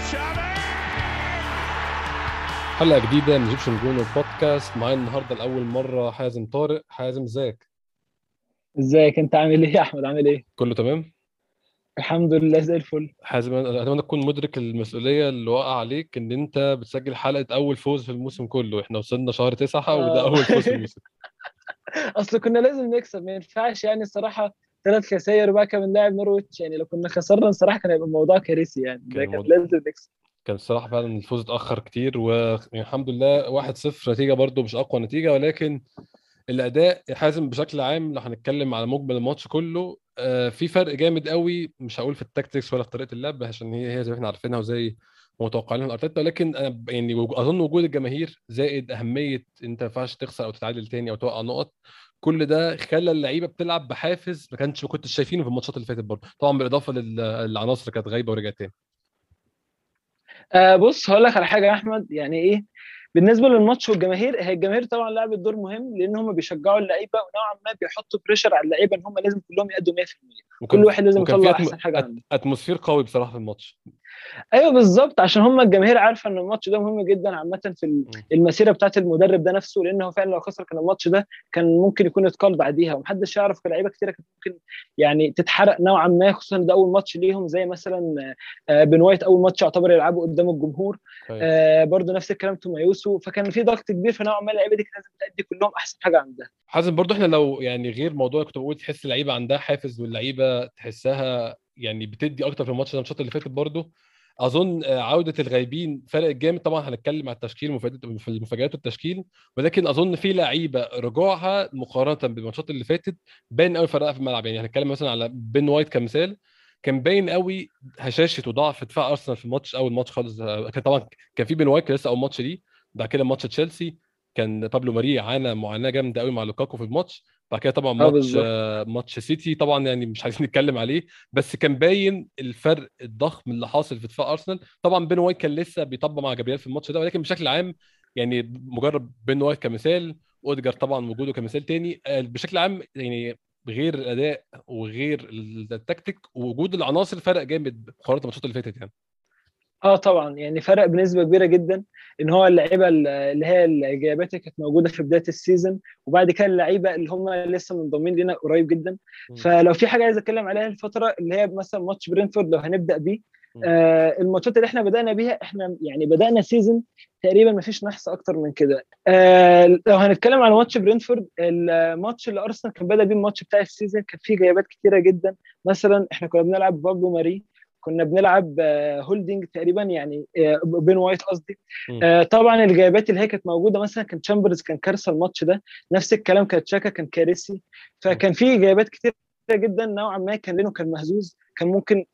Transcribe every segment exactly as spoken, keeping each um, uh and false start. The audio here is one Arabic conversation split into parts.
حلقة جديدة من ايجيبشن جون بودكاست. معايا النهاردة لأول مرة حازم طارق. حازم ازيك؟ ازيك انت عامل ايه يا احمد؟ عامل ايه؟ كله تمام؟ الحمد لله زي الفل. حازم، أنا أتمنى تكون مدرك المسؤولية اللي واقع عليك إن أنت بتسجل حلقة أول فوز في الموسم كله. إحنا وصلنا شهر تسعة وده اه. أول فوز في الموسم. اصل كنا لازم نكسب، ما ينفعش يعني الصراحه. ثلاث خسائر بقى كمان لاعب نورويتش، يعني لو كنا خسرنا الصراحه كان هيبقى الموضوع كارثي، يعني كان ده كان الموضوع لازم نكسب. كان الصراحة فعلا الفوز اتأخر كتير، والحمد لله واحد صفر نتيجة برضو مش أقوى نتيجة، ولكن الاداء حازم بشكل عام لو هنتكلم على مجمل الماتش كله، آه، في فرق جامد قوي. مش هقول في التاكتكس ولا في طريقه اللعب عشان هي هي زي ما احنا عارفينها وزي متوقعين من ارتيتا، ولكن انا ب- يعني وج- اظن وجود الجماهير زائد اهميه انت ما ينفعش تخسر او تتعادل تاني او توقع نقط. كل ده خلى اللعيبه بتلعب بحافز ما كانش ما كنتش شايفينه في الماتشات اللي فاتت برضه، طبعا بالاضافه لل- للعناصر اللي كانت غايبه ورجعت تاني. آه بص هقول لك على حاجه يا احمد، يعني ايه بالنسبه للماتش والجماهير؟ هي الجماهير طبعا لعبت دور مهم، لان هم بيشجعوا اللعيبه ونوعا ما بيحطوا بريشر على اللعيبه ان هم لازم كلهم يأدوا مية في المية. كل وكان واحد لازم وكان في يطلع أتم... احسن حاجه أت... عنده. اتموسفير قوي بصراحه في الماتش. ايوه بالظبط، عشان هم الجماهير عارفه ان الماتش ده مهم جدا عامه في م. المسيره بتاعت المدرب ده نفسه، لانه فعلا لو خسر كان الماتش ده كان ممكن يكون اتقال بعديها، ومحدش يعرف. لعيبه كتيره كانت ممكن يعني تتحرق نوعا ما، خصوصا ده اول ماتش ليهم، زي مثلا آه، بن وايت اول ماتش يعتبر يلعبه قدام الجمهور. أيوة. آه، برضه نفس الكلام تومايوسو، فكان في ضغط كبير، فنوعا ما اللعيبه دي كانت لازم تأدي كلهم احسن حاجه عندها. حازم برضو احنا لو يعني غير موضوع كنت بقول تحس اللعيبه عندها حافز واللعيبه تحسها يعني بتدي اكتر في الماتش ده من الماتشات اللي فاتت برضو. اظن آه، عوده الغايبين فرق جامد. طبعا هنتكلم على التشكيل ومفاجآت- في المفاجآت والتشكيل، ولكن اظن في لعيبه رجوعها مقارنه بالماتشات اللي فاتت باين قوي فرقها في الملعب. يعني هنتكلم مثلا على بين وايت كمثال. كان باين قوي هشاشه وضعف دفاع ارسنال في الماتش، اول ماتش خالص. آه، كان طبعا كان في بين وايت لسه اول ماتش ليه. بعد كده ماتش تشيلسي كان بابلو ماري عانى معاناه جامده قوي مع لوكاكو في الماتش. بعد كده طبعا اه ماتش بالظبط. آه، ماتش سيتي طبعا يعني مش عايزين نتكلم عليه. بس كان باين الفرق الضخم اللي حاصل في دفاع ارسنال. طبعا بين وايت كان لسه بيطبق مع جابرييل في الماتش ده، ولكن بشكل عام يعني مجرد بين وايت كمثال. اوديجار طبعا وجوده كمثال تاني، آه، بشكل عام يعني غير الاداء وغير التكتيك وجود العناصر فرق جامد مقارنه بالماتشات اللي فاتت يعني. اه طبعا، يعني فرق بنسبه كبيره جدا. ان هو اللعيبه اللي هي الاجابات اللي كانت موجوده في بدايه السيزون، وبعد كده اللعيبه اللي هم لسه منضمين لنا قريب جدا. م- فلو في حاجه عايز اتكلم عليها الفتره اللي هي مثلا ماتش برينفورد لو هنبدا بيه. م- آه الماتشات اللي احنا بدانا بيها، احنا يعني بدانا سيزون تقريبا ما فيش نحس اكتر من كده. آه لو هنتكلم على ماتش برينفورد، الماتش اللي ارسنال كان بدا بيه الماتش بتاع السيزون، كان فيه غيابات كتيره جدا. مثلا احنا كنا بنلعب بابلو ماري، كنا بنلعب آه، هولدنج تقريبا، يعني آه، بين وايت قصدي. م- آه، طبعا الغيابات اللي هي كانت موجوده، مثلا كان تشامبرز كان كارثه الماتش ده. نفس الكلام كان تشاكا كان كارثي. م- فكان في غيابات كتير جدا نوعا ما، كان لينو كان مهزوز، كان ممكن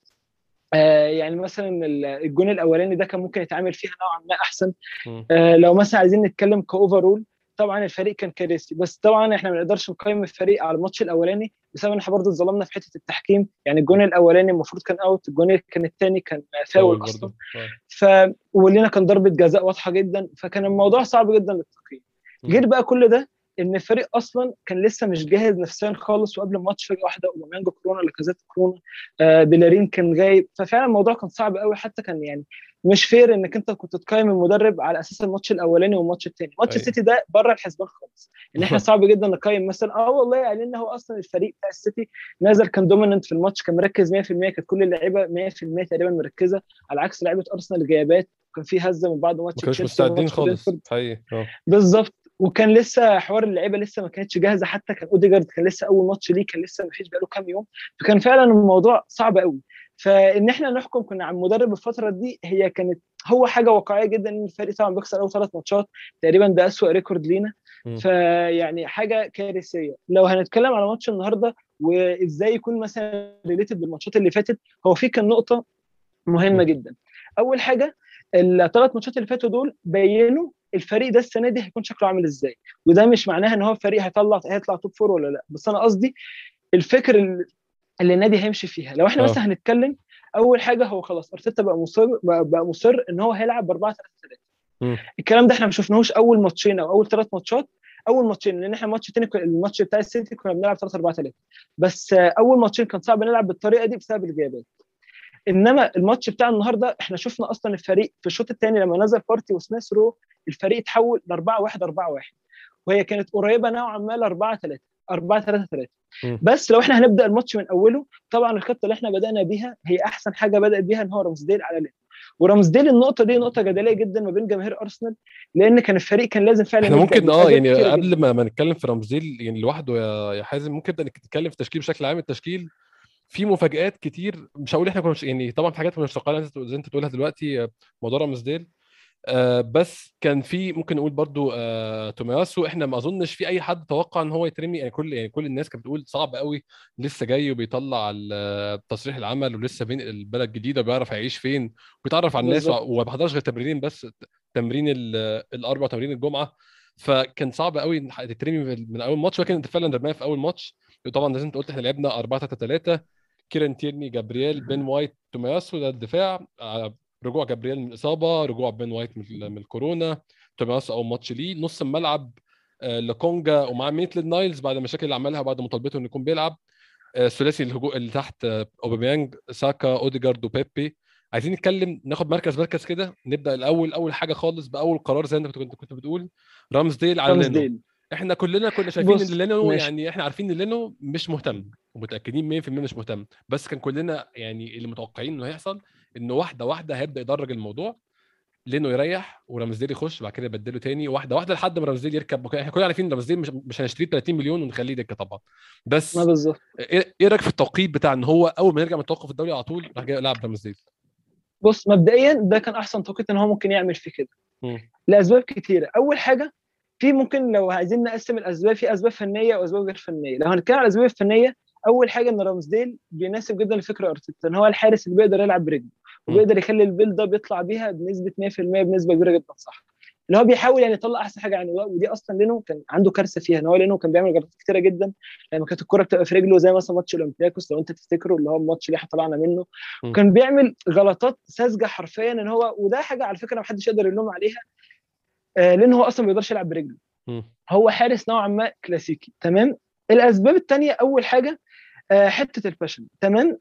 آه، يعني مثلا الجون الاولاني ده كان ممكن يتعامل فيها نوعا ما احسن. م- آه، لو مثلا عايزين نتكلم كاوفرول، طبعا الفريق كان كارثي، بس طبعا احنا ما نقدرش نقيم الفريق على الماتش الاولاني بسبب ان احنا برضه اتظلمنا في حته التحكيم. يعني الجون م. الاولاني المفروض كان اوت، الجون اللي كان الثاني كان فاول فاول اصلا. برضه آه. ف ولينا كان ضربه جزاء واضحه جدا، فكان الموضوع صعب جدا للتقييم. م- غير بقى كل ده، ان الفريق اصلا كان لسه مش جاهز نفسيا خالص، وقبل الماتش فجاه واحده اوباميانج كورونا، لاكازيت كورونا، آه بيلارين كان غايب. ففعلا الموضوع كان صعب قوي، حتى كان يعني مش فير انك انت كنت تقيم المدرب على اساس الماتش الاولاني والماتش الثاني. ماتش ايوه. السيتي ده بره الحسبان خالص، ان احنا صعب جدا نقيم مثلا. اه والله يعني ان هو اصلا الفريق بتاع السيتي نازل كان دوميننت في الماتش، كان مركز مية في المية، كانت كل اللعيبه مية في المية تقريبا مركزه، على عكس لعيبه ارسنال الغيابات. كان في هزه من بعد ما ماتش كانوش تشيلسي مستعدين وماتش خالص برينفورد. حقيقي اه. بالظبط. وكان لسه حوار اللعيبه لسه ما كانتش جاهزه، حتى كان اوديجارد كان لسه اول ماتش ليه، كان لسه ما فيش بقاله كام يوم. فكان فعلا الموضوع صعب قوي. فان احنا نحكم كنا على المدرب الفتره دي، هي كانت هو حاجه واقعيه جدا، ان الفريق طبعا بيخسر اول ثلاث ماتشات تقريبا، ده اسوأ ريكورد لينا. مم. فيعني حاجه كارثيه. لو هنتكلم على ماتش النهارده وازاي يكون مثلا ريليتد بالماتشات اللي فاتت، هو في كان نقطه مهمه مم. جدا. اول حاجه، الثلاث ماتشات اللي فاتوا دول بينوا الفريق ده السنه دي هيكون شكله عامل ازاي. وده مش معناها ان هو فريق هيطلع هيطلع توب فور ولا لا، بس انا قصدي الفكر اللي اللي النادي هيمشي فيها. لو احنا اه. مثلا هنتكلم، اول حاجه هو خلاص ارتيتا بقى مصر بقى, بقى مصر ان هو هيلعب ب أربعة ثلاثة ثلاثة. مم. الكلام ده احنا ما شفناهوش اول ماتشين او اول ثلاث ماتشات. اول ماتشين لان احنا الماتش الثاني الماتش بتاع السيتي كنا بنلعب ثلاثة أربعة ثلاثة، بس آه، اول ماتشين كان صعب نلعب بالطريقه دي بسبب الغيابات. انما الماتش بتاع النهارده احنا شفنا اصلا الفريق في الشوط الثاني لما نزل بارتي وسميث رو، الفريق اتحول ل أربعة واحد أربعة واحد، وهي كانت قريبه نوعا ما ل أربعة ثلاثة أربعة ثلاثة ثلاثة. مم. بس لو احنا هنبدا الماتش من اوله، طبعا الخطه اللي احنا بدانا بيها هي احسن حاجه بدات بيها، ان هو رامسديل على لين. ورامسديل النقطه دي نقطه جدليه جدا ما بين جماهير ارسنال، لان كان الفريق كان لازم فعلا احنا يبدا ممكن بيه اه لاسباب يعني كتيره قبل جدا. ما ما نتكلم في رمزيل يعني لوحده يا يا حازم، ممكن نبدا نتكلم في التشكيل بشكل عام. التشكيل في مفاجآت كتير، مش هقول احنا كنا مش يعني طبعا في حاجات مش متوقعه زي زي انت بتقولها دلوقتي، آه، موضوع رامسديل. آه بس كان في ممكن نقول برضو آه تومياسو، احنا ما اظنش في اي حد توقع ان هو يترمي، يعني كل يعني كل الناس كانت بتقول صعب قوي، لسه جاي وبيطلع ال- تصريح العمل ولسه بين البلد جديده بيعرف هيعيش فين وبيتعرف على الناس، بالظبط. وما بحضرش غير تمرينين بس، تمرين ال- الاربع تمرين الجمعه. فكان صعب قوي ان تترمي من من اول ماتش، ولكن انت فعلا رماها في اول ماتش. طبعا زي ما انت قلت احنا لعبنا أربعة ثلاثة ثلاثة، كيران تيرني جابرييل بين وايت تومياسو، ده الدفاع. آه، رجوع جابرييل من الاصابه، رجوع بين وايت من من الكورونا، توماس اول ماتش ليه. نص الملعب آه، لكونجا ومع ميتلد نايلز بعد المشاكل اللي عملها بعد مطالبته انه يكون بيلعب. آه، الثلاثي الهجوم اللي تحت آه، اوباميانج ساكا اوديجارد وبيبي. عايزين نتكلم ناخد مركز مركز كده، نبدا الاول اول حاجه خالص باول قرار زي ما انت كنت كنت بتقول، رامسديل على لينو. رامسديل. احنا كلنا كنا شايفين ان بص لينو، ماشي. يعني احنا عارفين ان لينو مش مهتم ومتاكدين مية في المية مش مهتم، بس كان كلنا يعني اللي متوقعين انه هيحصل انه واحده واحده هيبدا يدرج الموضوع، لينو يريح ورامزديل يخش بعد كده يبدله تاني واحده واحده لحد ما رامزديل يركب. احنا كلنا عارفين رامزديل مش مش هنشتريه ب ثلاثين مليون ونخليه دكه طبعا، ما بس بالظبط. ايه إيه رايك في التوقيت بتاع ان هو اول ما يرجع من التوقف الدولي على طول راح جاي يلعب رامزديل؟ بص مبدئيا ده كان احسن توقيت ان هو ممكن يعمل في كده، مم. لاسباب كتيره. اول حاجه، في ممكن لو عايزين نقسم الاسباب، في اسباب فنيه واسباب غير فنيه. لو هنتكلم على الاسباب الفنيه، اول حاجه ان رامسديل بيناسب جدا لفكره ارتيتا، ان هو الحارس اللي بيقدر يلعب برجله مم. وبيقدر يخلي البيلد اب يطلع بيها بنسبه مية في المية بنسبه كبيره جدا، صح؟ اللي هو بيحاول يعني يطلع احسن حاجه عنه، ودي اصلا لينو كان عنده كارثه فيها، ان هو لينو كان بيعمل غلطات كتيره جدا لما كانت الكره بتبقى في رجله، زي مثلا ماتش اولمبياكوس لو انت تفتكروا، اللي هو الماتش اللي احنا طلعنا منه. مم. وكان بيعمل غلطات ساذجه حرفيا، ان هو وده حاجه على فكره ما حدش يقدر يلوم عليها، آه لان هو اصلا ما بيقدرش يلعب برجله، مم. هو حارس نوعا ما كلاسيكي. تمام. الاسباب الثانيه، اول حاجه آه حته الباشن. تمام.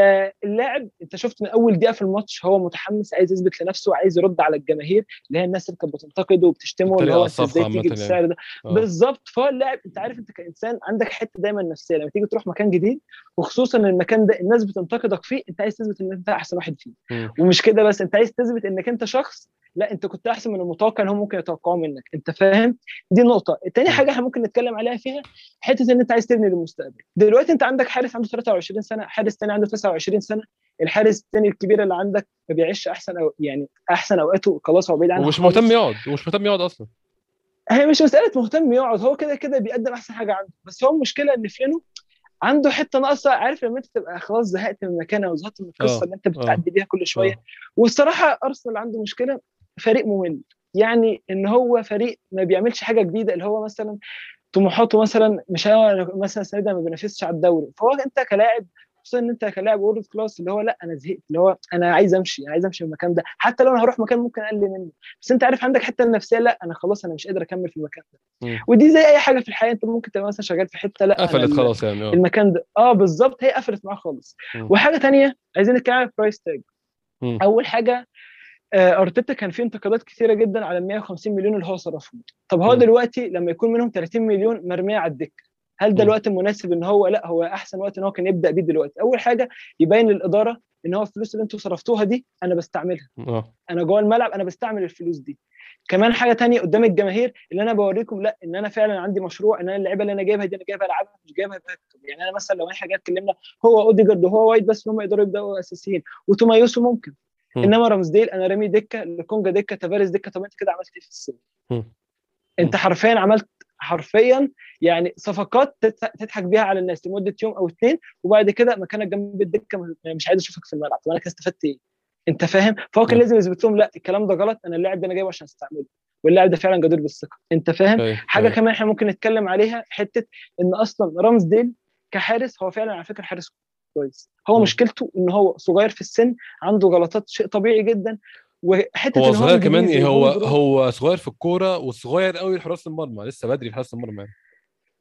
اللاعب انت شفت من اول دقيقه في الماتش هو متحمس، عايز يثبت لنفسه، عايز يرد على الجماهير اللي هي الناس اللي كانت بتنتقده وبتشتمه، اللي التريقه على هو انت الصفقه ازاي عامه تيجي يعني. بالسعر ده. اه. بالظبط. فهو اللاعب انت عارف انت كانسان عندك حته دايما نفسيه لما تيجي تروح مكان جديد، وخصوصا المكان ده الناس بتنتقدك فيه، انت عايز تثبت ان انت احسن واحد فيه. مم. ومش كده بس، انت عايز تثبت انك انت شخص، لا انت كنت احسن من المتوقع ان هم ممكن يتوقعوه منك، انت فاهم؟ دي نقطه. تاني مم. حاجه احنا ممكن نتكلم عليها فيها، حته ان انت عايز تبني للمستقبل. دلوقتي انت عندك حارس عنده ثلاثة وعشرين سنه، حارس تاني عنده تسعة وعشرين سنه، الحارس الثاني الكبير اللي عندك ما بيعيش احسن أو يعني احسن اوقاته، خلاص هو بعيد عنها ومش مهتم خالص. يقعد ومش مهتم يقعد اصلا. هي مش مساله مهتم يقعد، هو كده كده بيقدم احسن حاجه عنده، بس هو المشكله ان فينو عنده حته ناقصه. عارف لما انت تبقى خلاص زهقت من المكان او زهقت من القصه اه. اللي انت اه. بتعدي بيها كل شويه. اه. والصراحه ارسنال عنده مشكله، فريق ممل، يعني ان هو فريق ما بيعملش حاجه جديده، اللي هو مثلا طموحاته مثلا مش هو مثلا السنه دي ما بينافسش على الدوري. فهو انت كلاعب، خصوصا ان انت كلاعب وورد كلاس، اللي هو لا انا زهقت، اللي هو انا عايز امشي، انا عايز امشي من المكان ده، حتى لو انا هروح مكان ممكن اقل منه، بس انت عارف عندك حته النفسيه، لا انا خلاص انا مش قادر اكمل في المكان ده. مم. ودي زي اي حاجه في الحياه، انت ممكن تبقى مثلا شغال في حته، لا انا قفلت خلاص يعني. اه. المكان ده اه بالظبط هي قفلت معاه خالص. مم. وحاجه تانية عايزين نتكلم عن البرايس تاج. مم. اول حاجه، آه، ارتيتا كان فيه انتقادات كثيره جدا على ال مية وخمسين مليون اللي هو صرفهم. طب هو مم. دلوقتي لما يكون منهم ثلاثين مليون مرميه على الدكه، هل ده مم. الوقت المناسب؟ ان هو لا، هو احسن وقت ان هو كان يبدا بيه دلوقتي. اول حاجه يبين للاداره ان هو الفلوس اللي انتم صرفتوها دي انا بستعملها، اه. انا جوه الملعب انا بستعمل الفلوس دي. كمان حاجه تانية قدام الجماهير، اللي انا بوريكم لا ان انا فعلا عندي مشروع، ان انا اللعيبه اللي انا جايبها دي انا جايبها العبها، مش جايبها باك. يعني انا مثلا لو احنا جاي اتكلمنا هو اوديجارد وهو وايت بس هم يقدروا يبداوا اساسيين، وتومايوسو ممكن، مم. انما رامسديل انا رامي دكه، لكونجا دكه، تافاريز دكه. طب انت كده عملت ايه في السن؟ مم. انت مم. حرفيا عملت حرفيا يعني صفقات تضحك بيها على الناس لمده يوم او اثنين، وبعد كده مكانك جنب الدكه مش عايز اشوفك في الملعب. طب انا كده استفدت ايه؟ انت فاهم؟ فهو كان اه. لازم يثبت لهم لا الكلام ده غلط، انا اللاعب ده انا جايبه عشان استعمله، واللاعب ده فعلا جدير بالثقه. انت فاهم؟ اي. حاجه اي. كمان احنا ممكن نتكلم عليها، حته ان اصلا رامسديل كحارس هو فعلا على فكره حارس كويس، هو مم. مشكلته ان هو صغير في السن، عنده غلطات شيء طبيعي جدا، وحته هو ان هو صغير كمان، انجليزي يعني هو وهوم جرون. هو صغير في الكوره وصغير قوي لحراس المرمى، لسه بدري في حراس المرمى يعني.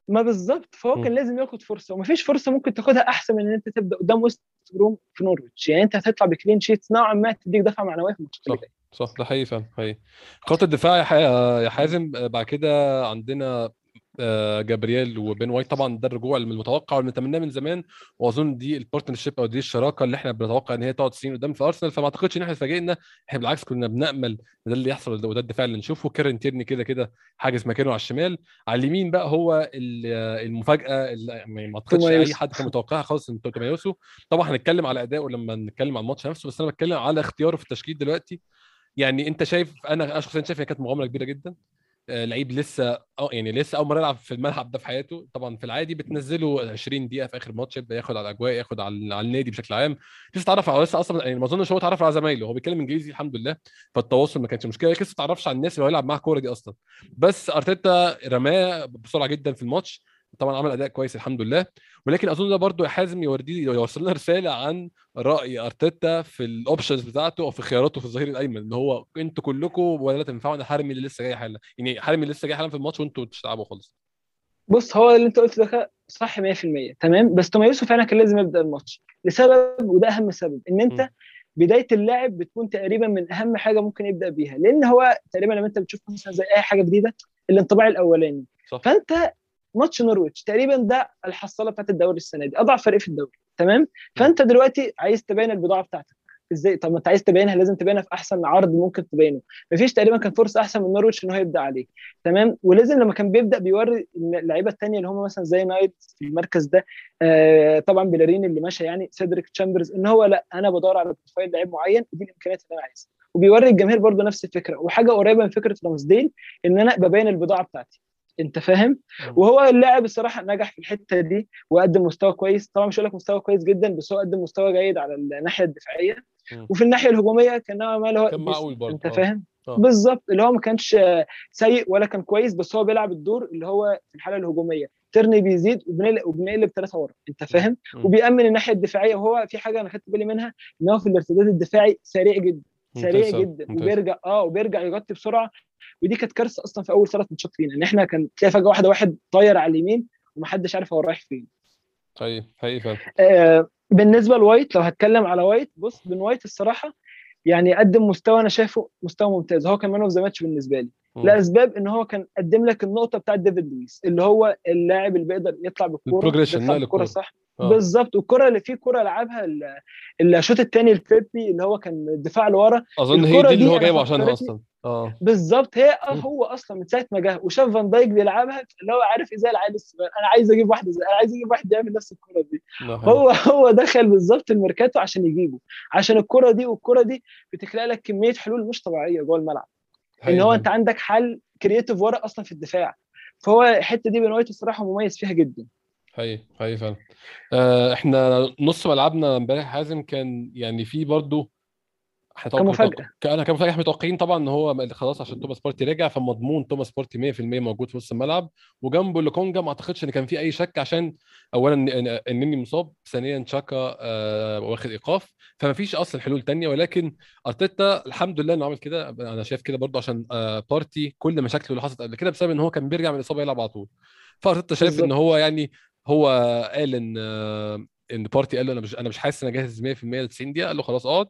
ما بالظبط، فهو مم. كان لازم ياخد فرصه، ومفيش فرصه ممكن تاخدها احسن من ان انت تبدا قدام ويست بروم في نورويتش. يعني انت هتطلع بكلين شيت نوعا ما تديك دفعه معنويه في الماتش اللي صح جاي. صح، ده حقيقي فعلا حقيقي. خط الدفاع يا ح- يا حازم، آه، بعد كده عندنا آه، جابرييل وبين وايت. طبعا ده الرجوع المتوقع والمتمناه من زمان، واظن دي البارتنرشيب او دي الشراكه اللي احنا بنتوقع ان هي تقعد سنين قدام في ارسنال. فما اعتقدش ان احنا اتفاجئنا، احنا بالعكس كنا بنامل إن ده اللي يحصل، وده الدفاع اللي نشوفه. كيرن تيرني كده كده حاجز مكانه على الشمال. على اليمين بقى هو ال- المفاجاه اللي ما ما اعتقدش اي تومايوس. حد كان متوقعها خالص، ان تومايوسو. طبعا هنتكلم على اداؤه لما نتكلم عن الماتش نفسه، بس انا بتكلم على اختياره في التشكيل دلوقتي. يعني انت شايف، انا انا شخصيا شايف هي كانت مغامره كبيره جدا. آه، لعيب لسه اه يعني لسه اول مره يلعب في الملعب ده في حياته. طبعا في العادي بتنزله عشرين دقيقه في اخر ماتش، يبدا ياخد على الاجواء، ياخد على على النادي بشكل عام. لسه اتعرف على، لسه اصلا يعني ما اظنش هو اتعرف على زمايله، هو بيتكلم انجليزي الحمد لله، فالتواصل ما كانش مشكله. لسه ما اتعرفش على الناس اللي هو يلعب معاها كوره دي اصلا. بس ارتيتا رماه بسرعه جدا في الماتش. طبعا عمل اداء كويس الحمد لله. ولكن اظن ده برضو يا حازم يوردي يوصل لنا رساله عن راي ارتيتا في الاوبشنز بتاعته او في خياراته في الظهير الايمن، اللي هو انتوا كلكم ولا تنفعوا، انا حارمي اللي لسه جاي حالا، يعني حارمي اللي لسه جاي حالا في الماتش وانتوا تلعبوا خالص. بص، هو اللي انت قلته ده صح مية في المية تمام، بس تومايوس فعلا كان لازم يبدا الماتش لسبب، وده اهم سبب، ان مم. انت بدايه اللاعب بتكون تقريبا من اهم حاجه ممكن يبدا بيها، لان هو تقريبا لما انت بتشوف مثلا زي اي حاجه جديده الانطباع الاولاني. صح. فانت ماتش نورويتش تقريبا ده الحصاله بتاعت الدوري السنه دي، اضعف فريق في الدوري تمام. مم. فانت دلوقتي عايز تبين البضاعه بتاعتك ازاي؟ طب ما انت عايز تبينها لازم تبينها في احسن عرض ممكن تبينه. مفيش تقريبا كان فرصه احسن من نورويتش ان هو يبدا عليه تمام. ولازم لما كان بيبدا بيوري اللعيبه الثانيه اللي هم مثلا زي نايت في المركز ده، آه طبعا بيلارين اللي ماشي، يعني سيدريك تشامبرز، ان هو لا انا بدور على بروفايل لعيب معين ودي الامكانيات اللي انا عايزها. وبيوري الجماهير برضو نفس الفكره وحاجه قريبه من فكره رامسديل، ان انا ببين البضاعه بتاعتي. انت فاهم؟ مم. وهو اللاعب الصراحه نجح في الحته دي وقدم مستوى كويس. طبعا مش هقول لك مستوى كويس جدا، بس هو قدم مستوى جيد على الناحيه الدفاعيه. مم. وفي الناحيه الهجوميه كان نوعا ما اللي هو كان معقول ديسنت. برضه انت اه. فاهم؟ اه. بالظبط، اللي هو ما كانش سيء ولا كان كويس، بس هو بيلعب الدور اللي هو في الحاله الهجوميه ترني بيزيد وبنقلب وبنقلب ثلاثه ورا. انت مم. فاهم؟ مم. وبيأمن الناحيه الدفاعيه. وهو في حاجه انا خدت بالي منها، ان هو في الارتداد الدفاعي سريع جدا، سريع ممتاز اه جدا، ممتاز. وبيرجع اه وبيرجع يغطي بسرعه. ودي كانت كارثه اصلا في اول ثلاث ماتشات لينا، ان احنا كان تلاقي فجاه واحده واحد طاير على اليمين ومحدش عارف هو رايح فين. حقيقي حقيقي فعلا. آه بالنسبه لوايت، لو هتكلم على وايت، بص بن وايت الصراحه يعني قدم مستوى انا شايفه مستوى ممتاز. هو كان مان اوف ذا ماتش بالنسبه لي، مم. لاسباب ان هو كان قدم لك النقطه بتاعت ديفيد لويس، اللي هو اللاعب اللي بيقدر يطلع بالكوره البروجريشن، بيطلع نقل بالكوره الكوره. صح. اه. بالظبط، والكره اللي فيه كوره لعبها ال- الشوط الثاني البيبي اللي هو كان الدفاع لورا. اظن هي الكره دي اللي هو دي انا جايبه عشانها فكرتني اصلا اه. بالظبط. هي اه مم. هو اصلا من ساعه ما جه وشاف فان دايك بيلعبها، اللي هو عارف ازاي العيال الصغير انا عايز اجيب واحده زي، انا عايز اجيب واحد يعمل نفس الكره دي. ده حقيقي. هو هو دخل بالظبط الميركاتو عشان يجيبه، عشان الكره دي. والكره دي بتخلق لك كميه حلول مش طبيعيه جوه الملعب، ان حقيقي هو فعلا. انت عندك حل كرييتيف ورا اصلا في الدفاع. فهو الحته دي بن وايت الصراحه مميز فيها جدا. حقيقي حقيقي فعلا. آه احنا نص ملعبنا امبارح حازم كان يعني في برضه، احنا طبعا كنا متوقع... كمفاجاه. انا كان احنا متوقعين طبعا ان هو خلاص عشان توماس بارتي رجع، فمضمون توماس بارتي مية في المية موجود في نص الملعب. وجنبه لوكونجا ما اعتقدش ان كان في اي شك، عشان اولا ان انني مصاب، ثانيا تشاكا آه واخد ايقاف، فما فيش اصلا حلول تانية. ولكن ارتيتا الحمد لله انه عمل كده، انا شايف كده برضه عشان آه بارتي كل مشاكله اللي حصلت قبل كده بسبب ان هو كان بيرجع من الاصابه يلعب على طول. فارتيتا شايف ان هو بالظبط. يعني هو قال ان آه ان بارتي قال له انا مش انا مش حاسس ان انا جاهز مية في المية ل تسعين دقيقه، قال له خلاص اقعد.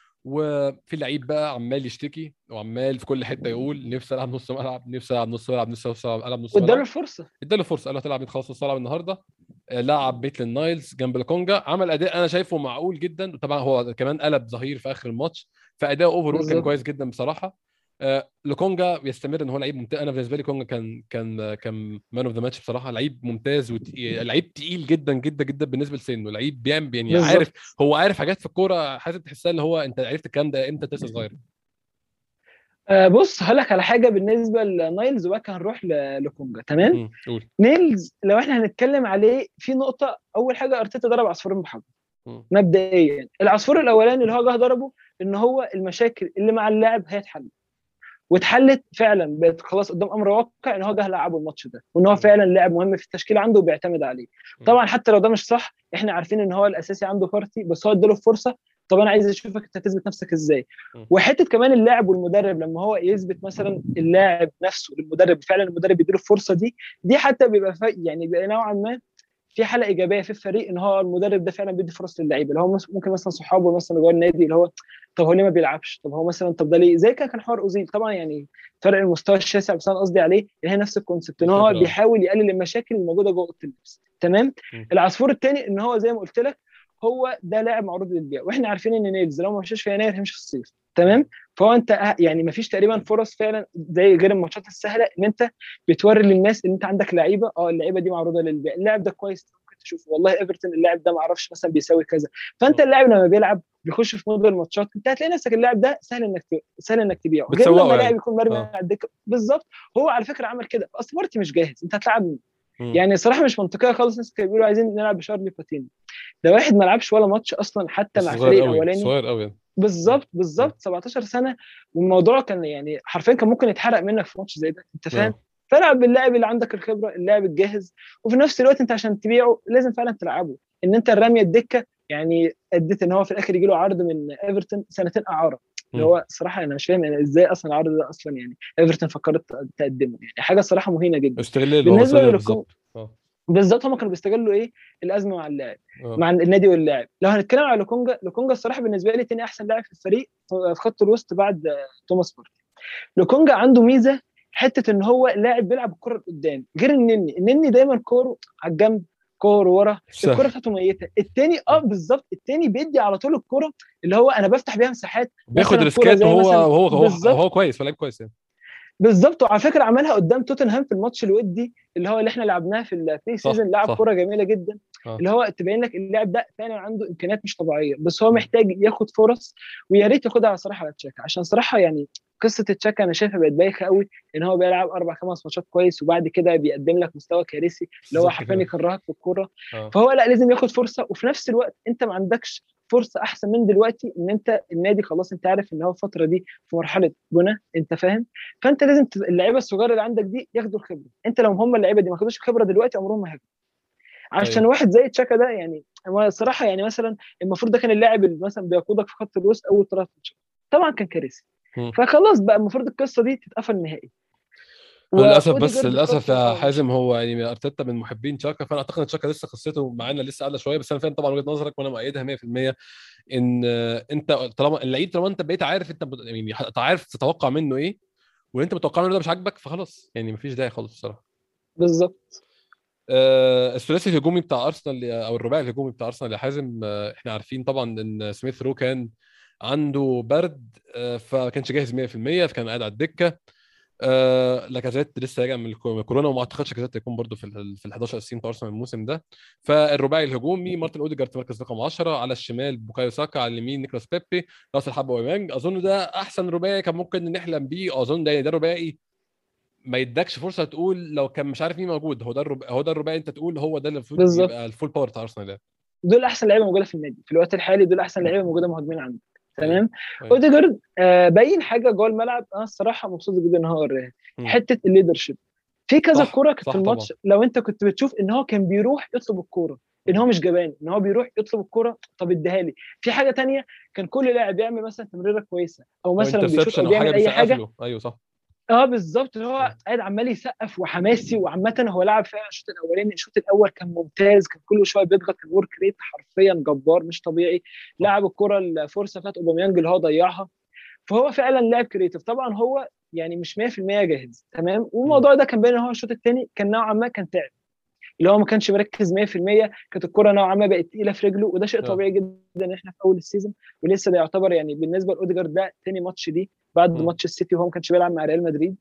وفي لعيب بقى عمال يشتكي وعمال في كل حته يقول نفسي العب نص ملعب، نفسي العب نص ملعب، نفسي العب نص واداله ملعب. الفرصه. اداله فرصه، قال له هتلعب خلاص نص ملعب النهارده. آه، لعب بيتلين نايلز جنب لكونجا، عمل اداء انا شايفه معقول جدا. طبعا هو كمان قلب ظهير في اخر الماتش، فاداؤه اوفرول كان بالظبط. كويس جدا بصراحه. آه، لوكونجا بيستمر ان هو لعيب ممتاز. انا بالنسبه لي كونجا كان كان كان مان اوف ذا ماتش بصراحه، لعيب ممتاز ولعيب تقيل جدا جدا جدا بالنسبه لسنه. لعيب بيعمل يعني عارف، بالظبط. هو عارف حاجات في الكوره حاسس تحسها اللي هو انت عرفت الكلام ده امتى، انت لسه صغير. آه بص هقول لك على حاجه بالنسبه لنايلز، وبعد كده هنروح ل- لكونجا تمام. امم قول. نيلز لو احنا هنتكلم عليه في نقطه، اول حاجه ارتيتا ضرب عصفورين بحجر. مم. مبدئيا العصفور الاولاني اللي هو جه ضربه، ان هو المشاكل اللي مع اللاعب هيتحل، واتحلت فعلا. بقت خلاص قدام امر واقع ان هو جه لعبه الماتش ده، وان هو مم. فعلا لاعب مهم في التشكيل عنده وبيعتمد عليه. مم. طبعا حتى لو ده مش صح، احنا عارفين ان هو الاساسي عنده بارتي، بس هو اداله فرصه طب انا عايز اشوفك انت هتثبت نفسك ازاي. وحته كمان اللاعب والمدرب لما هو يثبت مثلا اللاعب نفسه للمدرب فعلا المدرب يديله الفرصه دي دي حتى بيبقى يعني بيبقى نوعا ما في حاله ايجابيه في الفريق ان هو المدرب ده فعلا بيدي فرص للعيبه اللي هو ممكن مثلا صحابه مثلا جوه النادي اللي هو طب هو ليه ما بيلعبش طب هو مثلا طب ده ليه زي كان كان حوار اوزيل طبعا يعني فرق المستوى الشاسع بس انا قصدي عليه اللي هي نفس الكونسبت ان هو بيحاول يقلل المشاكل الموجوده جوه اوضه اللبس تمام. العصفور الثاني ان هو زي ما قلت لك هو ده لاعب معروض للبيع واحنا عارفين ان نيلز لو ما مشاش في يناير هيمشي في الصيف تمام. فهو انت يعني ما فيش تقريبا فرص فعلا زي غير الماتشات السهله ان انت بتوري للناس ان انت عندك لعيبه اه اللعيبه دي معروضه للبيع اللاعب ده كويس ممكن تشوف والله ايفرتون اللاعب ده ما اعرفش مثلا بيساوي كذا. فانت اللاعب لما بيلعب بيخش في مود الماتشات انت هتلاقي نفسك اللاعب ده سهل انك سهل انك تبيعه غير لما لاعب يعني. يكون مرمي على الدكه بالظبط. هو على فكره عمل كده اصل بارتي مش جاهز انت هتلعب مين يعني صراحه مش منطقيه خالص. ناس كانوا بيقولوا عايزين نلعب بشارلي باتيني ده واحد ما لعبش ولا ماتش اصلا حتى مع الفريق الاولاني صغير قوي بالظبط بالظبط سبعتاشر سنه والموضوع كان يعني حرفيا كان ممكن يتحرق منك في ماتش زي ده انت فاهم. فالعب باللاعب اللي عندك الخبره اللاعب الجاهز وفي نفس الوقت انت عشان تبيعه لازم فعلا تلعبه ان انت الرميه الدكه يعني اديت ان هو في الاخر يجي له عرض من ايفرتون سنتين اعاره اللي هو صراحه انا مش فاهم يعني ازاي اصلا العرض ده اصلا يعني ايفرتون فكرت تقدمه يعني حاجه صراحه مهينه جدا بالنسبه للكم بالظبط هم كانوا بيستغلوا ايه الازمه مع اللاعب مع النادي واللاعب. لو هنتكلم على لوكونجا لوكونجا الصراحه بالنسبه لي تاني احسن لاعب في الفريق في خط الوسط بعد توماس بارتي. لوكونجا عنده ميزه حته ان هو لاعب بيلعب الكره قدام غير النني النني دايما كوره على الجنب كوره ورا الكوره بتاعته ميته. التاني اه بالظبط التاني بيدي على طول الكوره اللي هو انا بفتح بيها مساحات بياخد ريسكات وهو هو هو, هو كويس ولاعب كويس يعني. بالظبط. وعلى فكره عملها قدام توتنهام في الماتش الودي اللي هو اللي احنا لعبناه في البري سيزون لعب كوره جميله جدا آه. اللي هو تبين لك اللاعب ده فعلا عنده امكانيات مش طبيعيه بس هو محتاج ياخد فرص ويا ريت ياخدها صراحه على تشاكا عشان صراحه يعني قصه تشاكا انا شايفها بقت بايخه قوي ان هو بيلعب اربع خمس ماتشات كويس وبعد كده بيقدم لك مستوى كارثي اللي هو حرفيا يكرهك في الكوره آه. فهو لا لازم ياخد فرصه وفي نفس الوقت انت ما عندكش فرصه احسن من دلوقتي ان انت النادي خلاص انت عارف ان هو الفتره دي في مرحله بناء انت فاهم. فانت لازم اللعيبه الصغيره اللي عندك دي ياخدوا الخبره انت لو هم اللعيبه دي ما خدوش الخبره دلوقتي عمرهم ما هياخدوا عشان أيوه. واحد زي تشاكا ده يعني الصراحه يعني مثلا المفروض ده كان اللاعب اللي مثلا بيقودك في خط الوسط اول ثلاث ماتشات طبعا كان كارثي فخلاص بقى المفروض القصه دي تتقفل نهائي للاسف بس للاسف يا حازم هو يعني ارتيتا من محبين تشاكا فانا اعتقد ان تشاكا لسه قصته معانا لسه قاعده شويه بس انا فاهم طبعا وجهه نظرك وانا مؤيدها مية في المية ان انت طالما اللعيب طالما انت بقيت عارف انت يعني عارف تتوقع منه ايه وانت متوقع منه ده مش عاجبك فخلاص يعني مفيش داعي خالص بصراحه. بالظبط. آه الثلاثي الهجومي بتاع ارسنال او الرباعي الهجومي بتاع ارسنال يا حازم آه احنا عارفين طبعا ان سميث رو كان عنده برد آه فما كانش جاهز مية في المية فكان قاعد على الدكه. آه لاكازيت لسه راجع من الكورونا وما اعتقدش لاكازيت يكون برده في ال في ال حداشر اساسيين بتاع ارسنال الموسم ده. فالرباعي الهجومي مارتن اوديجارد في مركز رقم عشرة على الشمال بوكايو ساكا على اليمين نيكلاس بيبي راس الحبه ويمانج اظن ده احسن رباعي كان ممكن نحلم بيه اظن ده ده رباعي ما يدكش فرصه تقول لو كان مش عارف مين موجود هو ده الرباعي هو ده الرباعي انت تقول هو ده اللي المفروض يبقى الفول باور بتاع ارسنال ده. دول احسن لعيبه موجوده في النادي في الوقت الحالي دول احسن لعيبه موجوده مهاجمين عندك تمام. اوديجارد آه باين حاجه جوه الملعب انا الصراحه مبسوط جدا ان هو وراها حته الليدرشيب في كذا كوره كانت في الماتش طبعا. لو انت كنت بتشوف ان هو كان بيروح يطلب الكوره ان هو مش جبان ان هو بيروح يطلب الكوره طب اديها لي. في حاجه تانية كان كل لاعب يعمل مثلا تمريره كويسه او مثلا بيشوط او بيعمل اي حاجه ايوه صح اه بالظبط اللي هو قاعد عمال يسقف وحماسي وعامه هو لعب فعلا الشوط الاولاني الشوط الاول كان ممتاز كان كل شويه بيضغط الورك ريت حرفيا جبار مش طبيعي لعب الكره الفرصه بتاعت اوباميانج اللي هو ضيعها فهو فعلا لاعب كريتيف. طبعا هو يعني مش مية في المية جاهز تمام والموضوع ده كان باين ان هو الشوط الثاني كان نوعا ما كان تعب اللي هو ما كانش مركز مية في المية كانت الكره نوعا ما بقت تقيله في رجله وده شيء طبيعي جدا احنا في اول السيزون ولسه ده يعتبر يعني بالنسبه لاوديجارد ده ثاني ماتش دي بعد م. ماتش السيتي وهو ما كانش بيلعب مع ريال مدريد